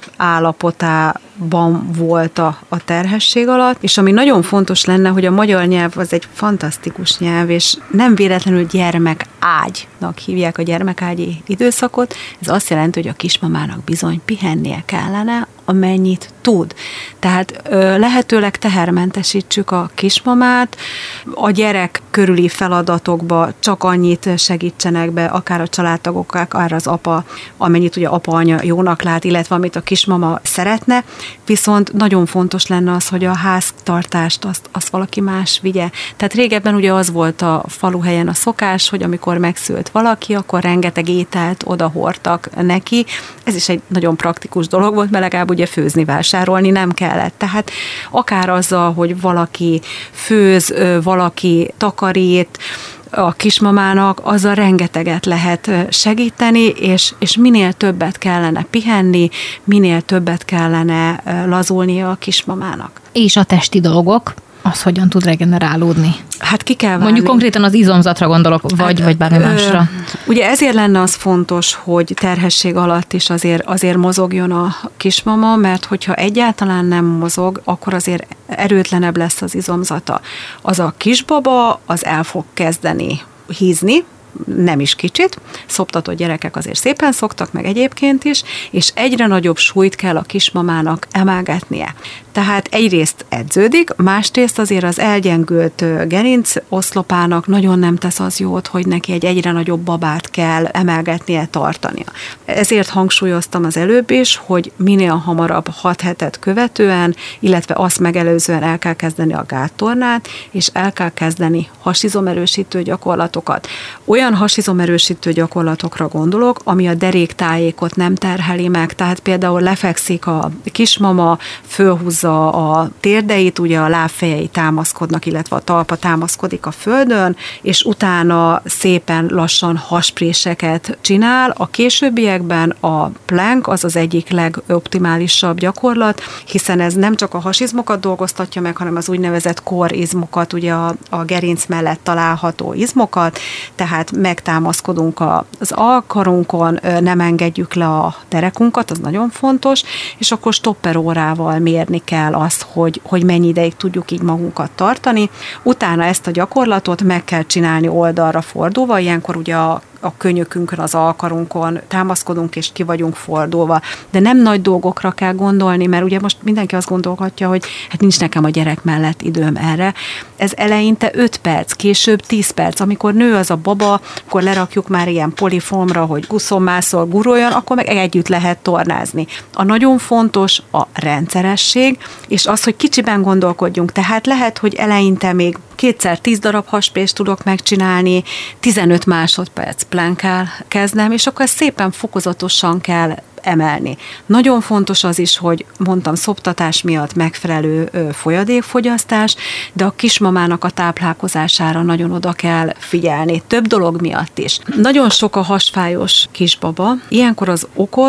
állapotában volt a terhesség alatt, és ami nagyon fontos lenne, hogy a magyar nyelv az egy fantasztikus nyelv, és nem véletlenül gyermekágynak hívják a gyermekágyi időszakot. Ez azt jelenti, hogy a kismamának bizony pihennie kellene, amennyit tud. Tehát lehetőleg tehermentesítsük a kismamát, a gyerek körüli feladatokba csak annyit segítsenek be, akár a családtagok, akár az apa, amennyit ugye apa-anya jónak lát, illetve amit a kismama szeretne, viszont nagyon fontos lenne az, hogy a háztartást azt valaki más vigye. Tehát régebben ugye az volt a faluhelyen a szokás, hogy amikor megszült valaki, akkor rengeteg ételt odahordtak neki. Ez is egy nagyon praktikus dolog volt, mert legalább ugye főzni, vásárolni nem kellett. Tehát akár azzal, hogy valaki főz, valaki takarít, a kismamának, azzal rengeteget lehet segíteni, és minél többet kellene pihenni, minél többet kellene lazulnia a kismamának. És a testi dolgok, az hogyan tud regenerálódni? Hát ki kell válni. Mondjuk konkrétan az izomzatra gondolok, vagy bármi másra. Ugye ezért lenne az fontos, hogy terhesség alatt is azért mozogjon a kismama, mert hogyha egyáltalán nem mozog, akkor azért erőtlenebb lesz az izomzata. Az a kisbaba, az el fog kezdeni hízni, nem is kicsit, szoptatott gyerekek azért szépen szoktak, meg egyébként is, és egyre nagyobb súlyt kell a kismamának emelgetnie. Tehát egyrészt edződik, másrészt azért az elgyengült gerinc oszlopának nagyon nem tesz az jót, hogy neki egy egyre nagyobb babát kell emelgetnie, tartania. Ezért hangsúlyoztam az előbb is, hogy minél hamarabb 6 hetet követően, illetve azt megelőzően el kell kezdeni a gáttornát, és el kell kezdeni hasizomerősítő gyakorlatokat. Olyan hasizomerősítő gyakorlatokra gondolok, ami a deréktájékot nem terheli meg, tehát például lefekszik a kismama, fölhúzza a térdeit, ugye a lábfejei támaszkodnak, illetve a talpa támaszkodik a földön, és utána szépen lassan haspréseket csinál. A későbbiekben a plank az egyik legoptimálisabb gyakorlat, hiszen ez nem csak a hasizmokat dolgoztatja meg, hanem az úgynevezett korizmokat, ugye a gerinc mellett található izmokat, tehát megtámaszkodunk az alkarunkon, nem engedjük le a derekunkat, az nagyon fontos, és akkor stopperórával mérni kell azt, hogy mennyi ideig tudjuk így magunkat tartani. Utána ezt a gyakorlatot meg kell csinálni oldalra fordulva, ilyenkor ugye a könyökünkön, az alkarunkon támaszkodunk, és ki vagyunk fordulva. De nem nagy dolgokra kell gondolni, mert ugye most mindenki azt gondolhatja, hogy hát nincs nekem a gyerek mellett időm erre. Ez eleinte 5 perc, később 10 perc. Amikor nő az a baba, akkor lerakjuk már ilyen polifomra, hogy guszonmászol, guruljon, akkor meg együtt lehet tornázni. A nagyon fontos a rendszeresség, és az, hogy kicsiben gondolkodjunk. Tehát lehet, hogy eleinte még 2x10 darab hasprést tudok megcsinálni, 15 másodperc plankkel kezdem, és akkor ezt szépen fokozatosan kell emelni. Nagyon fontos az is, hogy mondtam, szoptatás miatt megfelelő folyadékfogyasztás, de a kismamának a táplálkozására nagyon oda kell figyelni. Több dolog miatt is. Nagyon sok a hasfájos kisbaba. Ilyenkor az okot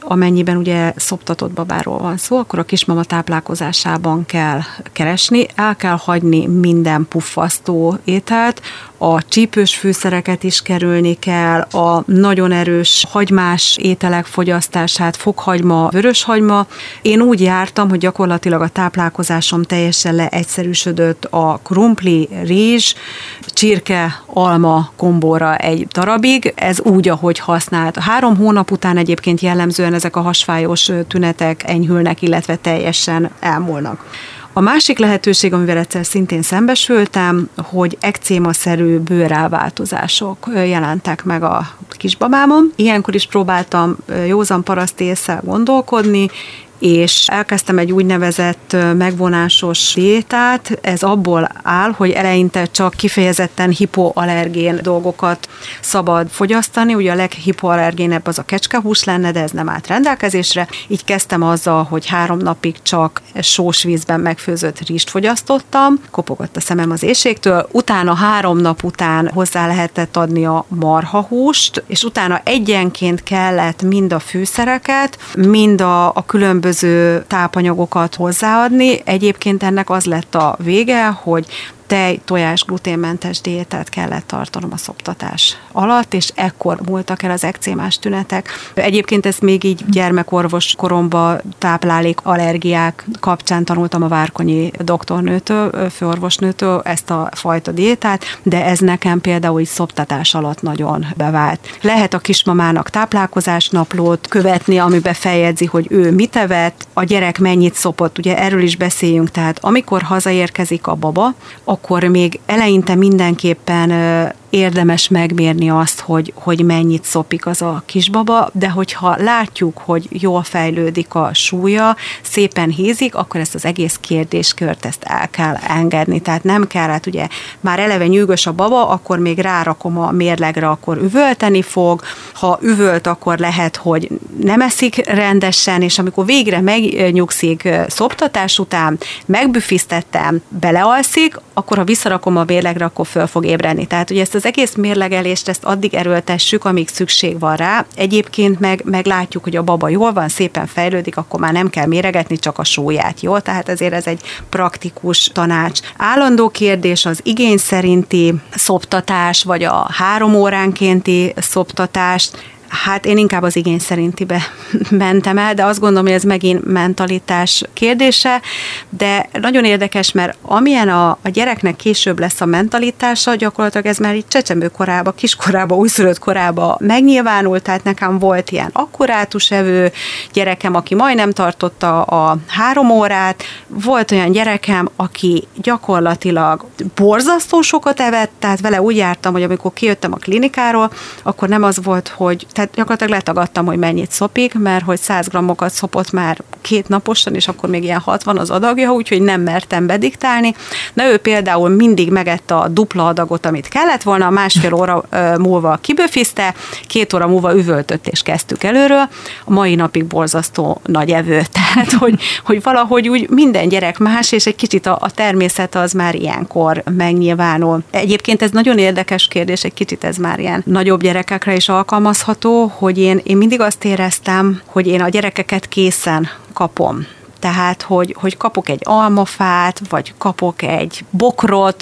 amennyiben ugye szoptatott babáról van szó, akkor a kismama táplálkozásában kell keresni, el kell hagyni minden puffasztó ételt, a csípős fűszereket is kerülni kell, a nagyon erős hagymás ételek fogyasztását, fokhagyma, vöröshagyma. Én úgy jártam, hogy gyakorlatilag a táplálkozásom teljesen leegyszerűsödött a krumpli, rizs, csirke, alma kombóra egy darabig. Ez úgy, ahogy használt. 3 hónap után egyébként jellemzően ezek a hasfájós tünetek enyhülnek, illetve teljesen elmúlnak. A másik lehetőség, amivel egyszer szintén szembesültem, hogy ekcémaszerű bőrelváltozások jelentek meg a kisbabámon. Ilyenkor is próbáltam józan paraszt ésszel gondolkodni, és elkezdtem egy úgynevezett megvonásos diétát. Ez abból áll, hogy eleinte csak kifejezetten hipoallergén dolgokat szabad fogyasztani. Ugye a leghipoallergénebb az a kecskehús lenne, de ez nem állt rendelkezésre. Így kezdtem azzal, hogy 3 napig csak sós vízben megfőzött rizst fogyasztottam. Kopogott a szemem az éhségtől. Utána 3 nap után hozzá lehetett adni a marhahúst, és utána egyenként kellett mind a fűszereket, mind a különböző tápanyagokat hozzáadni. Egyébként ennek az lett a vége, hogy tej, tojás, gluténmentes diétát kellett tartanom a szoptatás alatt, és ekkor múltak el az ekcémás tünetek. Egyébként ezt még így gyermekorvos koromban táplálék allergiák kapcsán tanultam a várkonyi doktornőtől, főorvosnőtől ezt a fajta diétát, de ez nekem például így szoptatás alatt nagyon bevált. Lehet a kismamának táplálkozásnaplót követni, amiben feljegyzi, hogy ő mit evett, a gyerek mennyit szopott, ugye erről is beszéljünk, tehát amikor hazaérkezik a baba, akkor még eleinte mindenképpen érdemes megmérni azt, hogy mennyit szopik az a kisbaba, de hogyha látjuk, hogy jól fejlődik a súlya, szépen hízik, akkor ezt az egész kérdéskört ezt el kell engedni. Tehát nem kell, hát ugye már eleve nyűgös a baba, akkor még rárakom a mérlegre, akkor üvölteni fog. Ha üvölt, akkor lehet, hogy nem eszik rendesen, és amikor végre megnyugszik szoptatás után, megbüfisztettem, belealszik, akkor ha visszarakom a mérlegre, akkor föl fog ébredni. Tehát ugye ezt az egész mérlegelést, ezt addig erőltessük, amíg szükség van rá. Egyébként meg látjuk, hogy a baba jól van, szépen fejlődik, akkor már nem kell méregetni, csak a súlyát, jó? Tehát ezért ez egy praktikus tanács. Állandó kérdés az igény szerinti szoptatás, vagy a 3 óránkénti szoptatást. Hát én inkább az igény szerintibe mentem el, de azt gondolom, hogy ez megint mentalitás kérdése, de nagyon érdekes, mert amilyen a gyereknek később lesz a mentalitása, gyakorlatilag ez már így csecsemőkorában, kiskorában, újszülött korában megnyilvánult, tehát nekem volt ilyen akkurátusevő gyerekem, aki majdnem tartotta a 3 órát, volt olyan gyerekem, aki gyakorlatilag borzasztó sokat evett, tehát vele úgy jártam, hogy amikor kijöttem a klinikáról, akkor nem az volt, hogy tehát gyakorlatilag letagadtam, hogy mennyit szopik, mert hogy 100 grammokat szopott már 2 naposan, és akkor még ilyen 60 az adagja, úgyhogy nem mertem bediktálni. Na ő például mindig megette a dupla adagot, amit kellett volna, 1,5 óra múlva kiböfizte, 2 óra múlva üvöltött, és kezdtük előről. A mai napig borzasztó nagy evő, tehát hogy valahogy úgy minden gyerek más, és egy kicsit a természet az már ilyenkor megnyilvánul. Egyébként ez nagyon érdekes kérdés, egy kicsit ez már ilyen nagyobb gyerekekre is alkalmazható, hogy én mindig azt éreztem, hogy én a gyerekeket készen kapom. Tehát, hogy kapok egy almafát, vagy kapok egy bokrot,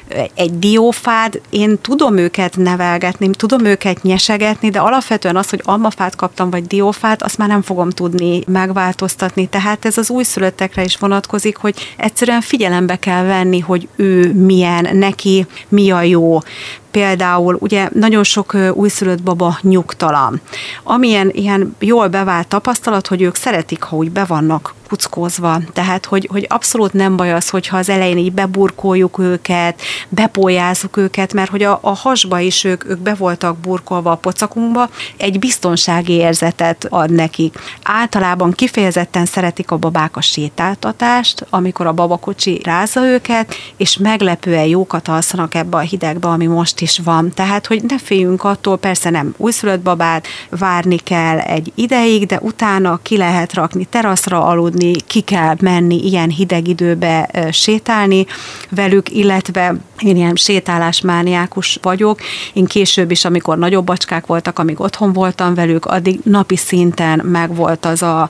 egy diófát, én tudom őket nevelgetni, tudom őket nyesegetni, de alapvetően az, hogy almafát kaptam, vagy diófát, azt már nem fogom tudni megváltoztatni. Tehát ez az újszülöttekre is vonatkozik, hogy egyszerűen figyelembe kell venni, hogy ő milyen, neki mi a jó. Például ugye nagyon sok újszülött baba nyugtalan. Amilyen ilyen jól bevált tapasztalat, hogy ők szeretik, ha úgy be vannak kuckózva. Tehát, hogy abszolút nem baj az, hogyha az elején így beburkoljuk őket, bepójázzuk őket, mert hogy a hasba is ők be voltak burkolva a pocakunkba, egy biztonsági érzetet ad nekik. Általában kifejezetten szeretik a babák a sétáltatást, amikor a babakocsi rázza őket, és meglepően jókat alszanak ebbe a hidegbe, ami most is van. Tehát, hogy ne féljünk attól, persze nem újszülött babát, várni kell egy ideig, de utána ki lehet rakni teraszra aludni, tudni, ki kell menni ilyen hideg időbe sétálni velük, illetve én ilyen sétálásmániákus vagyok. Én később is, amikor nagyobb bacskák voltak, amíg otthon voltam velük, addig napi szinten megvolt az a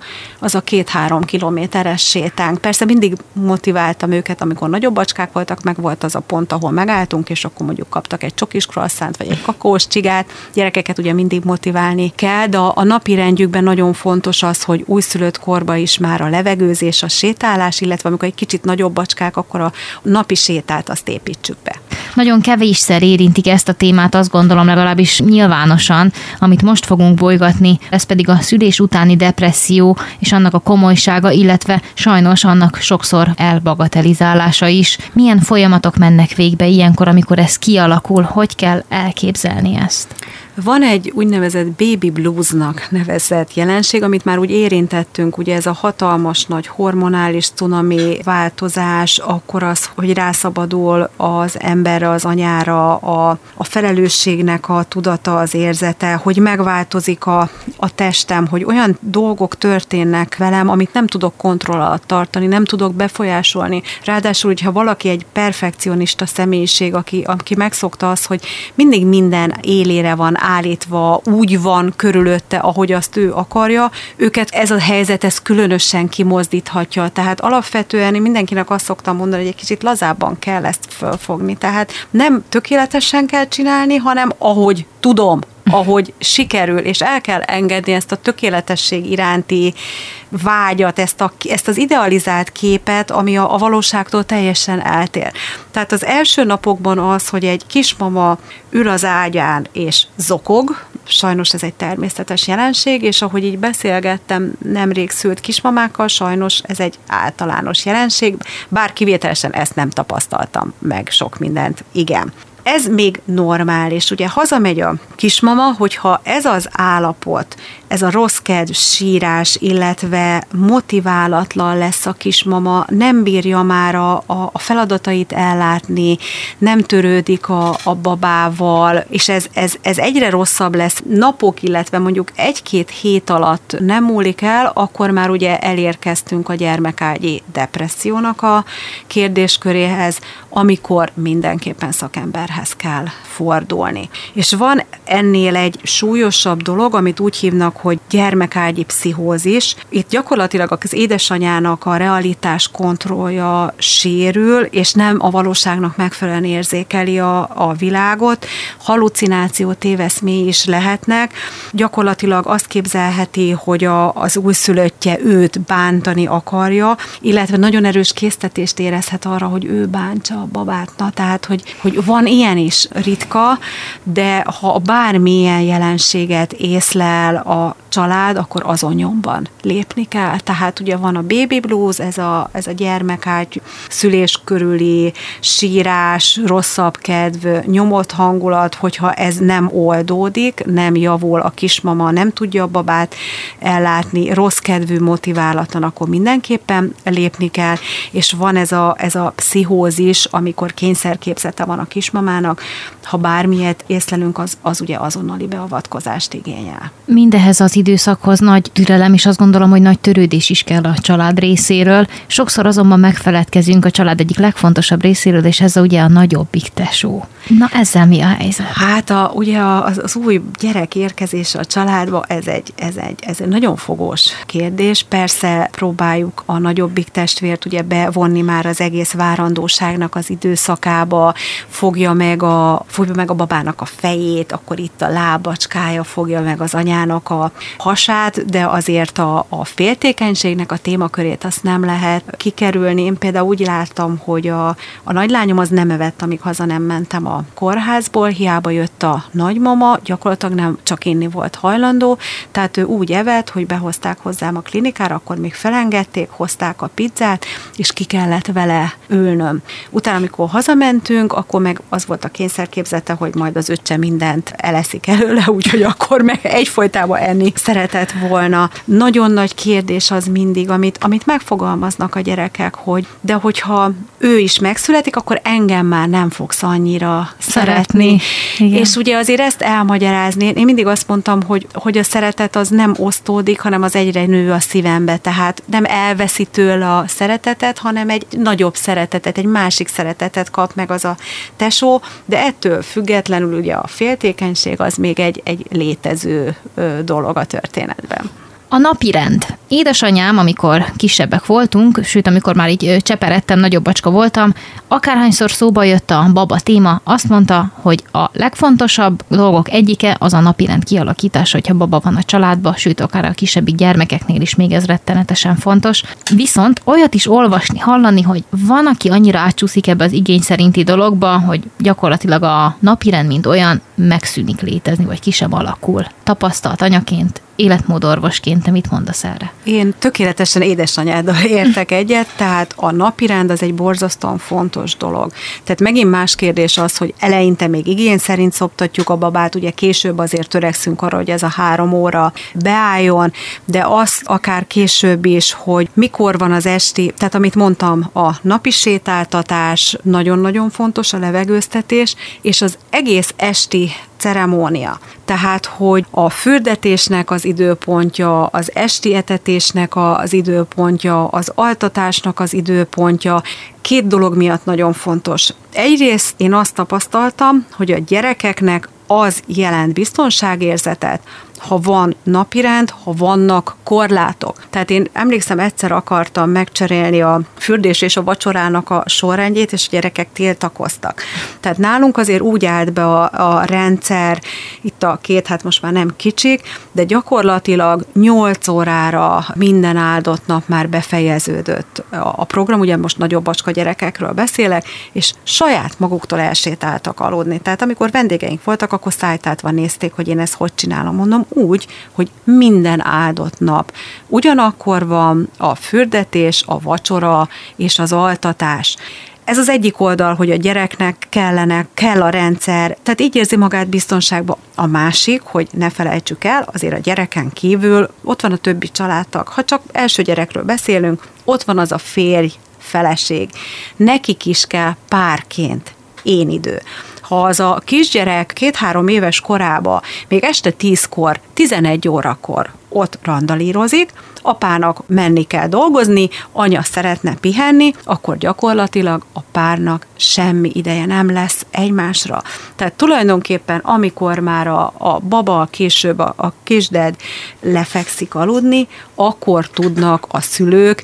2-3 kilométeres sétánk. Persze mindig motiváltam őket, amikor nagyobb bacskák voltak, meg volt az a pont, ahol megálltunk, és akkor mondjuk kaptak egy csokis croissant, vagy egy kakaós csigát. Gyerekeket ugye mindig motiválni kell, de a napi rendjükben nagyon fontos az, hogy újszülött korba is már a levegőzés, a sétálás, illetve amikor egy kicsit nagyobb bacskák, akkor a napi sétát azt építsük be. Nagyon kevésszer érintik ezt a témát, azt gondolom legalábbis nyilvánosan, amit most fogunk bolygatni, ez pedig a szülés utáni depresszió és annak a komolysága, illetve sajnos annak sokszor elbagatelizálása is. Milyen folyamatok mennek végbe ilyenkor, amikor ez kialakul, hogy kell elképzelni ezt? Van egy úgynevezett baby bluesnak nevezett jelenség, amit már úgy érintettünk, ugye ez a hatalmas nagy hormonális cunami változás, akkor az, hogy rászabadul az emberre, az anyára a felelősségnek a tudata, az érzete, hogy megváltozik a testem, hogy olyan dolgok történnek velem, amit nem tudok kontroll alatt tartani, nem tudok befolyásolni. Ráadásul, hogyha valaki egy perfekcionista személyiség, aki megszokta azt, hogy mindig minden élére van állítva, úgy van körülötte, ahogy azt ő akarja, őket ez a helyzet, ez különösen kimozdíthatja. Tehát alapvetően én mindenkinek azt szoktam mondani, hogy egy kicsit lazábban kell ezt fölfogni. Tehát nem tökéletesen kell csinálni, hanem ahogy tudom, ahogy sikerül, és el kell engedni ezt a tökéletesség iránti vágyat, ezt az idealizált képet, ami a valóságtól teljesen eltér. Tehát az első napokban az, hogy egy kismama ül az ágyán és zokog, sajnos ez egy természetes jelenség, és ahogy így beszélgettem nemrég szült kismamákkal, sajnos ez egy általános jelenség, bár kivételesen ezt nem tapasztaltam meg sok mindent, igen. Ez még normális. Ugye hazamegy a kismama, hogyha ez az állapot, ez a rossz kedv, sírás, illetve motiválatlan lesz a kismama, nem bírja már a feladatait ellátni, nem törődik a babával, és ez egyre rosszabb lesz napok, illetve mondjuk 1-2 hét alatt nem múlik el, akkor már ugye elérkeztünk a gyermekágyi depressziónak a kérdésköréhez, amikor mindenképpen szakemberhez kell fordulni. És van ennél egy súlyosabb dolog, amit úgy hívnak, hogy gyermekágyi pszichózis. Itt gyakorlatilag az édesanyának a realitás kontrollja sérül, és nem a valóságnak megfelelően érzékeli a világot. Hallucináció, téveszmély is lehetnek. Gyakorlatilag azt képzelheti, hogy az újszülöttje őt bántani akarja, illetve nagyon erős késztetést érezhet arra, hogy ő bántsa a babát. Na, tehát, hogy van ilyen is ritka, de ha bármilyen jelenséget észlel a család, akkor azon nyomban lépni kell. Tehát ugye van a baby blues, ez a gyermekágy, szülés körüli sírás, rosszabb kedv, nyomott hangulat, hogyha ez nem oldódik, nem javul a kismama, nem tudja a babát ellátni, rossz kedvű, motiválatlan, akkor mindenképpen lépni kell, és van ez a pszichózis, amikor kényszerképzete van a kismamának, ha bármilyet észlelünk, az ugye azonnali beavatkozást igényel. Mindehez az időszakhoz nagy türelem, és azt gondolom, hogy nagy törődés is kell a család részéről. Sokszor azonban megfeledkezünk a család egyik legfontosabb részéről, és ez ugye a nagyobbik tesó. Na, ezzel mi a helyzet? Hát ugye az új gyerek érkezése a családba, ez egy nagyon fogós kérdés. Persze próbáljuk a nagyobbik testvért ugye bevonni már az egész várandóságnak az időszakába, fogja meg a babának a fejét, akkor itt a lábacskája fogja meg az anyának a hasát, de azért a féltékenységnek a témakörét azt nem lehet kikerülni. Én például úgy láttam, hogy a nagylányom az nem evett, amíg haza nem mentem a kórházból, hiába jött a nagymama, gyakorlatilag nem csak inni volt hajlandó, tehát ő úgy evett, hogy behozták hozzám a klinikára, akkor még felengedték, hozták a pizzát, és ki kellett vele ülnöm. Utána, amikor hazamentünk, akkor meg az volt a kényszerképzete, hogy majd az öccse mindent eleszik előle, úgyhogy akkor meg egyfolytában enni szeretett volna. Nagyon nagy kérdés az mindig, amit megfogalmaznak a gyerekek, hogy de hogyha ő is megszületik, akkor engem már nem fogsz annyira szeretni. És ugye azért ezt elmagyarázni, én mindig azt mondtam, hogy a szeretet az nem osztódik, hanem az egyre nő a szívembe, tehát nem elveszi tőle a szeretetet, hanem egy nagyobb szeretetet, egy másik szeretetet kap meg az a tesó, de ettől függetlenül ugye a féltékenység az még egy létező dolog a történetben. A napirend. Édesanyám, amikor kisebbek voltunk, sőt, amikor már így cseperedtem, nagyobb bacska voltam, akárhányszor szóba jött a baba téma, azt mondta, hogy a legfontosabb dolgok egyike az a napirend kialakítása, hogyha baba van a családban, sőt, akár a kisebbik gyermekeknél is még ez rettenetesen fontos. Viszont olyat is olvasni, hallani, hogy van, aki annyira átcsúszik ebbe az igény szerinti dologba, hogy gyakorlatilag a napirend mint olyan megszűnik létezni, vagy ki sem alakul. Tapasztalt anyaként, életmódorvosként, te mit mondasz erre? Én tökéletesen édesanyáddal értek egyet, tehát a napirend az egy borzasztóan fontos dolog. Tehát megint más kérdés az, hogy eleinte még igény szerint szoptatjuk a babát, ugye később azért törekszünk arra, hogy ez a 3 óra beálljon, de azt akár később is, hogy mikor van az esti, tehát amit mondtam, a napi sétáltatás nagyon-nagyon fontos, a levegőztetés, és az egész esti ceremónia. Tehát, hogy a fürdetésnek az időpontja, az esti etetésnek az időpontja, az altatásnak az időpontja, 2 dolog miatt nagyon fontos. Egyrészt én azt tapasztaltam, hogy a gyerekeknek az jelent biztonságérzetet, ha van napirend, ha vannak korlátok. Tehát én emlékszem, egyszer akartam megcserélni a fürdés és a vacsorának a sorrendjét, és a gyerekek tiltakoztak. Tehát nálunk azért úgy állt be a rendszer, itt a 2, hát most már nem kicsik, de gyakorlatilag 8 órára minden áldott nap már befejeződött a program, ugye most nagyobb bacska gyerekekről beszélek, és saját maguktól elsétáltak aludni. Tehát amikor vendégeink voltak, akkor szájtátva nézték, hogy én ezt hogy csinálom. Mondom, úgy, hogy minden áldott nap. Ugyanakkor van a fürdetés, a vacsora és az altatás. Ez az egyik oldal, hogy a gyereknek kell a rendszer, tehát így érzi magát biztonságban. A másik, hogy ne felejtsük el, azért a gyereken kívül ott van a többi családtag. Ha csak első gyerekről beszélünk, ott van az a férj, feleség. Nekik is kell párként én idő. Ha az a kisgyerek 2-3 éves korába, még este 10-kor, 11 órakor ott randalírozik, apának menni kell dolgozni, anya szeretne pihenni, akkor gyakorlatilag a párnak semmi ideje nem lesz egymásra. Tehát tulajdonképpen, amikor már a baba, később a kisded lefekszik aludni, akkor tudnak a szülők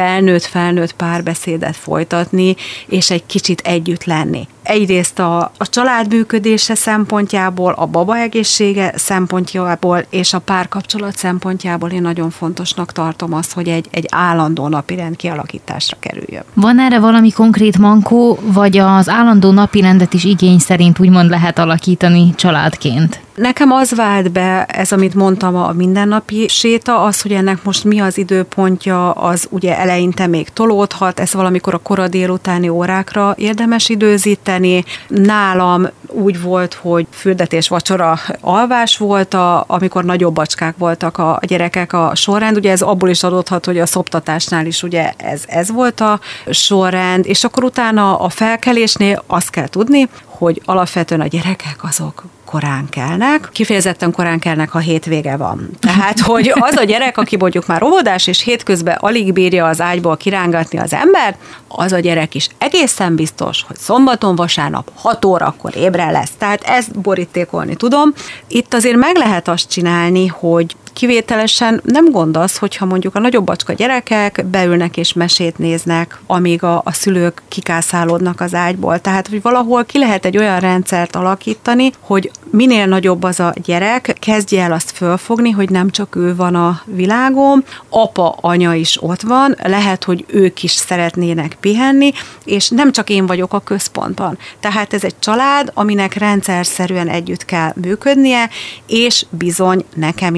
felnőtt párbeszédet folytatni, és egy kicsit együtt lenni. Egyrészt a család működése szempontjából, a baba egészsége szempontjából, és a párkapcsolat szempontjából én nagyon fontosnak tartom azt, hogy egy állandó napirend kialakításra kerüljön. Van erre valami konkrét mankó, vagy az állandó napirendet is igény szerint úgymond lehet alakítani családként? Nekem az vált be, ez amit mondtam, a mindennapi séta, az, hogy ennek most mi az időpontja, az ugye eleinte még tolódhat, ez valamikor a kora délutáni órákra érdemes időzíteni. Nálam úgy volt, hogy fürdetés, vacsora, alvás volt, amikor nagyobb bacskák voltak a gyerekek a sorrend, ugye ez abból is adódhat, hogy a szoptatásnál is ugye ez volt a sorrend, és akkor utána a felkelésnél azt kell tudni, hogy alapvetően a gyerekek azok korán kelnek, kifejezetten korán kelnek, ha hétvége van. Tehát, hogy az a gyerek, aki mondjuk már óvodás, és hétközben alig bírja az ágyból kirángatni az embert, az a gyerek is egészen biztos, hogy szombaton, vasárnap 6 órakor ébre lesz. Tehát ezt borítékolni tudom. Itt azért meg lehet azt csinálni, hogy kivételesen nem gond az, hogyha mondjuk a nagyobb bacska gyerekek beülnek és mesét néznek, amíg a szülők kikászálódnak az ágyból. Tehát, hogy valahol ki lehet egy olyan rendszert alakítani, hogy minél nagyobb az a gyerek, kezdje el azt fölfogni, hogy nem csak ő van a világon, apa, anya is ott van, lehet, hogy ők is szeretnének pihenni, és nem csak én vagyok a központban. Tehát ez egy család, aminek rendszerszerűen együtt kell működnie, és bizony nekem is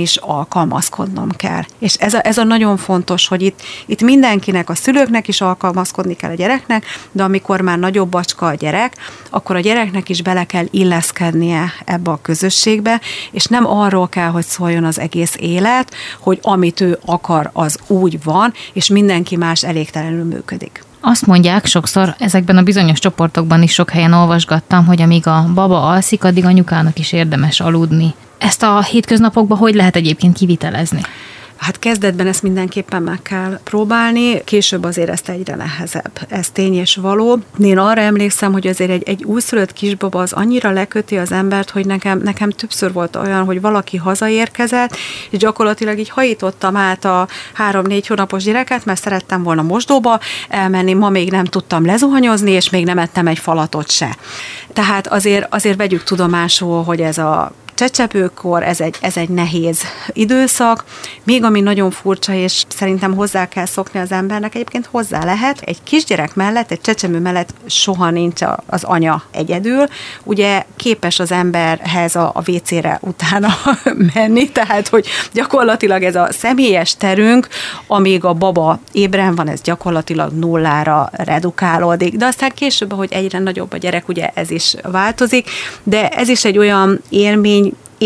alkalmazkodnom kell. És ez a nagyon fontos, hogy itt mindenkinek, a szülőknek is alkalmazkodni kell a gyereknek, de amikor már nagyobb bacska a gyerek, akkor a gyereknek is bele kell illeszkednie ebbe a közösségbe, és nem arról kell, hogy szóljon az egész élet, hogy amit ő akar, az úgy van, és mindenki más elégtelenül működik. Azt mondják sokszor, ezekben a bizonyos csoportokban is sok helyen olvasgattam, hogy amíg a baba alszik, addig anyukának is érdemes aludni. Ezt a hétköznapokban hogy lehet egyébként kivitelezni? Hát kezdetben ezt mindenképpen meg kell próbálni, később azért ezt egyre nehezebb. Ez tény és való. Én arra emlékszem, hogy azért egy újszülött kisbaba az annyira leköti az embert, hogy nekem többször volt olyan, hogy valaki hazaérkezett, és gyakorlatilag így hajítottam át a 3-4 hónapos gyereket, mert szerettem volna mosdóba elmenni, ma még nem tudtam lezuhanyozni, és még nem ettem egy falatot se. Tehát azért vegyük tudomásul, hogy ez a csecsepőkor, ez egy nehéz időszak, még ami nagyon furcsa, és szerintem hozzá kell szokni az embernek, egyébként hozzá lehet, egy kisgyerek mellett, egy csecsemő mellett soha nincs az anya egyedül, ugye képes az emberhez a WC-re utána menni, tehát hogy gyakorlatilag ez a személyes terünk, amíg a baba ébren van, ez gyakorlatilag nullára redukálódik, de aztán később, ahogy egyre nagyobb a gyerek, ugye ez is változik, de ez is egy olyan élmény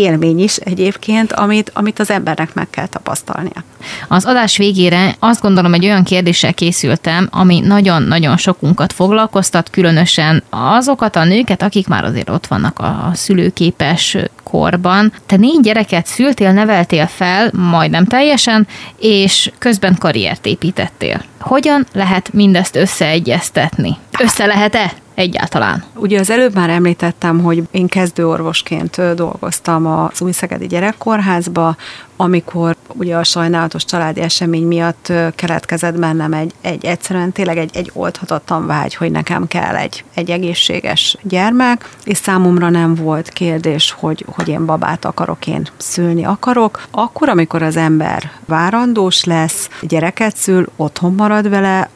is egyébként, amit az embernek meg kell tapasztalnia. Az adás végére azt gondolom, egy olyan kérdéssel készültem, ami nagyon-nagyon sokunkat foglalkoztat, különösen azokat a nőket, akik már azért ott vannak a szülőképes korban. Te 4 gyereket szültél, neveltél fel, majdnem teljesen, és közben karriert építettél. Hogyan lehet mindezt összeegyeztetni? Össze lehet-e egyáltalán? Ugye az előbb már említettem, hogy én kezdőorvosként dolgoztam az Újszegedi Gyerekkórházba, amikor ugye a sajnálatos családi esemény miatt keletkezett bennem egyszerűen tényleg egy oldhatatlan vágy, hogy nekem kell egy egészséges gyermek, és számomra nem volt kérdés, hogy én babát akarok, én szülni akarok. Akkor, amikor az ember várandós lesz, gyereket szül, otthon marad vele,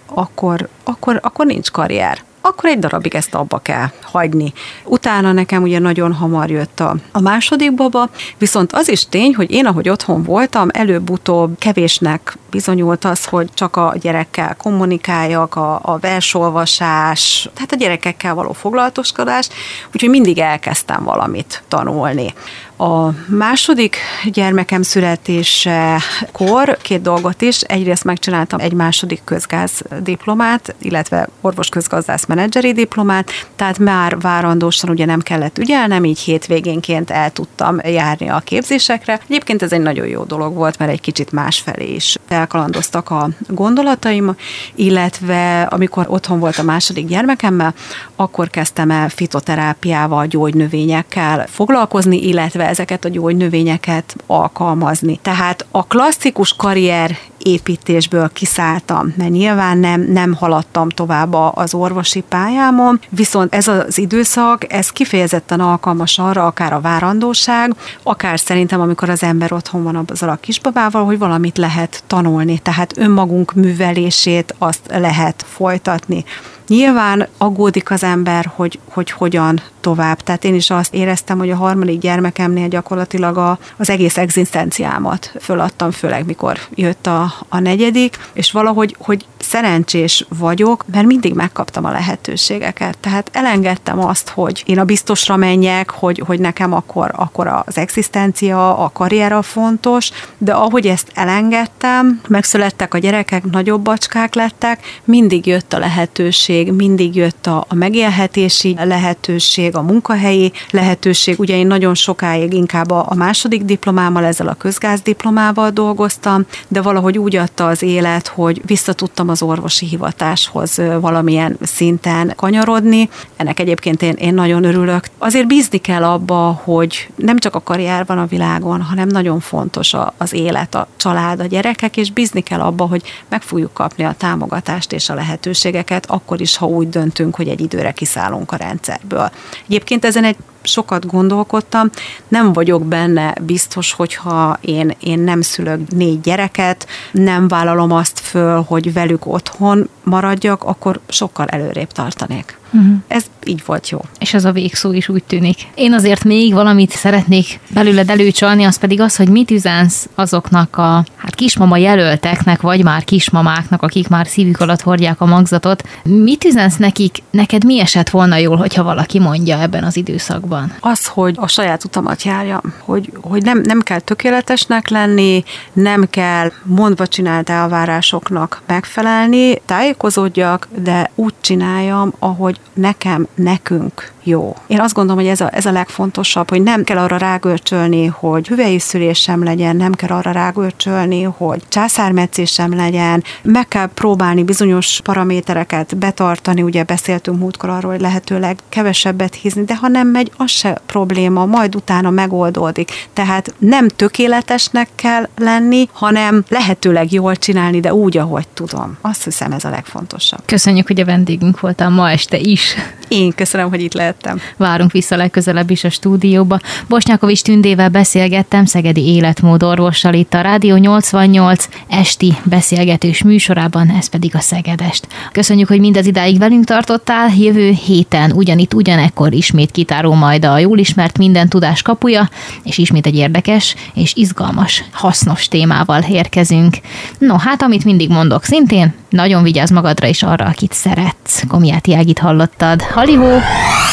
akkor nincs karrier. Akkor egy darabig ezt abba kell hagyni. Utána nekem ugye nagyon hamar jött a második baba, viszont az is tény, hogy én, ahogy otthon voltam, előbb-utóbb kevésnek bizonyult az, hogy csak a gyerekkel kommunikáljak, a versolvasás, tehát a gyerekekkel való foglalatoskodás, úgyhogy mindig elkezdtem valamit tanulni. A második gyermekem születésekor 2 dolgot is. Egyrészt megcsináltam egy második közgázdiplomát, illetve orvosközgazdász menedzseri diplomát, tehát már várandósan ugye nem kellett ügyelnem, így hétvégénként el tudtam járni a képzésekre. Egyébként ez egy nagyon jó dolog volt, mert egy kicsit másfelé is elkalandoztak a gondolataim, illetve amikor otthon volt a második gyermekemmel, akkor kezdtem el fitoterápiával, gyógynövényekkel foglalkozni, illetve ezeket a gyógynövényeket alkalmazni. Tehát a klasszikus karrier építésből kiszálltam, mert nyilván nem haladtam tovább az orvosi pályámon, viszont ez az időszak, ez kifejezetten alkalmas arra, akár a várandóság, akár szerintem, amikor az ember otthon van azzal a kisbabával, hogy valamit lehet tanulni, tehát önmagunk művelését azt lehet folytatni. Nyilván aggódik az ember, hogy hogyan tovább. Tehát én is azt éreztem, hogy a harmadik gyermekemnél gyakorlatilag az egész egzisztenciámat föladtam, főleg mikor jött a negyedik, és valahogy hogy szerencsés vagyok, mert mindig megkaptam a lehetőségeket. Tehát elengedtem azt, hogy én a biztosra menjek, hogy nekem akkor az egzisztencia, a karriera fontos, de ahogy ezt elengedtem, megszülettek a gyerekek, nagyobb bacskák lettek, mindig jött a lehetőség, mindig jött a megélhetési lehetőség, a munkahelyi lehetőség. Ugye én nagyon sokáig inkább a második diplomámmal, ezzel a közgázdiplomával dolgoztam, de valahogy úgy adta az élet, hogy visszatudtam az orvosi hivatáshoz valamilyen szinten kanyarodni. Ennek egyébként én nagyon örülök. Azért bízni kell abba, hogy nem csak a karrier van a világon, hanem nagyon fontos az élet, a család, a gyerekek, és bízni kell abba, hogy meg fogjuk kapni a támogatást és a lehetőségeket, akkor is, ha úgy döntünk, hogy egy időre kiszállunk a rendszerből. Egyébként ezen sokat gondolkodtam, nem vagyok benne biztos, hogyha én nem szülök 4 gyereket, nem vállalom azt föl, hogy velük otthon maradjak, akkor sokkal előrébb tartanék. Ez így volt jó. És ez a végszó is úgy tűnik. Én azért még valamit szeretnék belőled előcsalni, az pedig az, hogy mit üzensz azoknak a kismama jelölteknek, vagy már kismamáknak, akik már szívük alatt hordják a magzatot. Mit üzensz nekik? Neked mi esett volna jól, hogyha valaki mondja ebben az időszakban? Az, hogy a saját utamat járjam, hogy nem kell tökéletesnek lenni, nem kell mondva csinált elvárásoknak megfelelni, tájékozódjak, de úgy csináljam, ahogy nekünk jó. Én azt gondolom, hogy ez a legfontosabb, hogy nem kell arra rágörcsölni, hogy hüvelyi szülésem legyen, nem kell arra rágörcsölni, hogy császármetszésem legyen, meg kell próbálni bizonyos paramétereket betartani, ugye beszéltünk múltkor arról, hogy lehetőleg kevesebbet hízni, de ha nem megy, az se probléma, majd utána megoldódik. Tehát nem tökéletesnek kell lenni, hanem lehetőleg jól csinálni, de úgy, ahogy tudom. Azt hiszem, ez a legfontosabb. Köszönjük, hogy a vendégünk voltál ma este is. Én köszönöm, hogy itt lehettem. Várunk vissza legközelebb is a stúdióba. Bosnyákovics Tündével beszélgettem, szegedi életmódorvossal itt a Rádió 88 esti beszélgetős műsorában, ez pedig a Szegedest. Köszönjük, hogy mindez idáig velünk tartottál. Jövő héten ugyanekkor ismét kitárul majd a jól ismert minden tudás kapuja, és ismét egy érdekes és izgalmas, hasznos témával érkezünk. No, amit mindig mondok, szintén nagyon vigyázz magadra és arra, akit szeretsz. Komjáti Ágit hallottad. Halihó!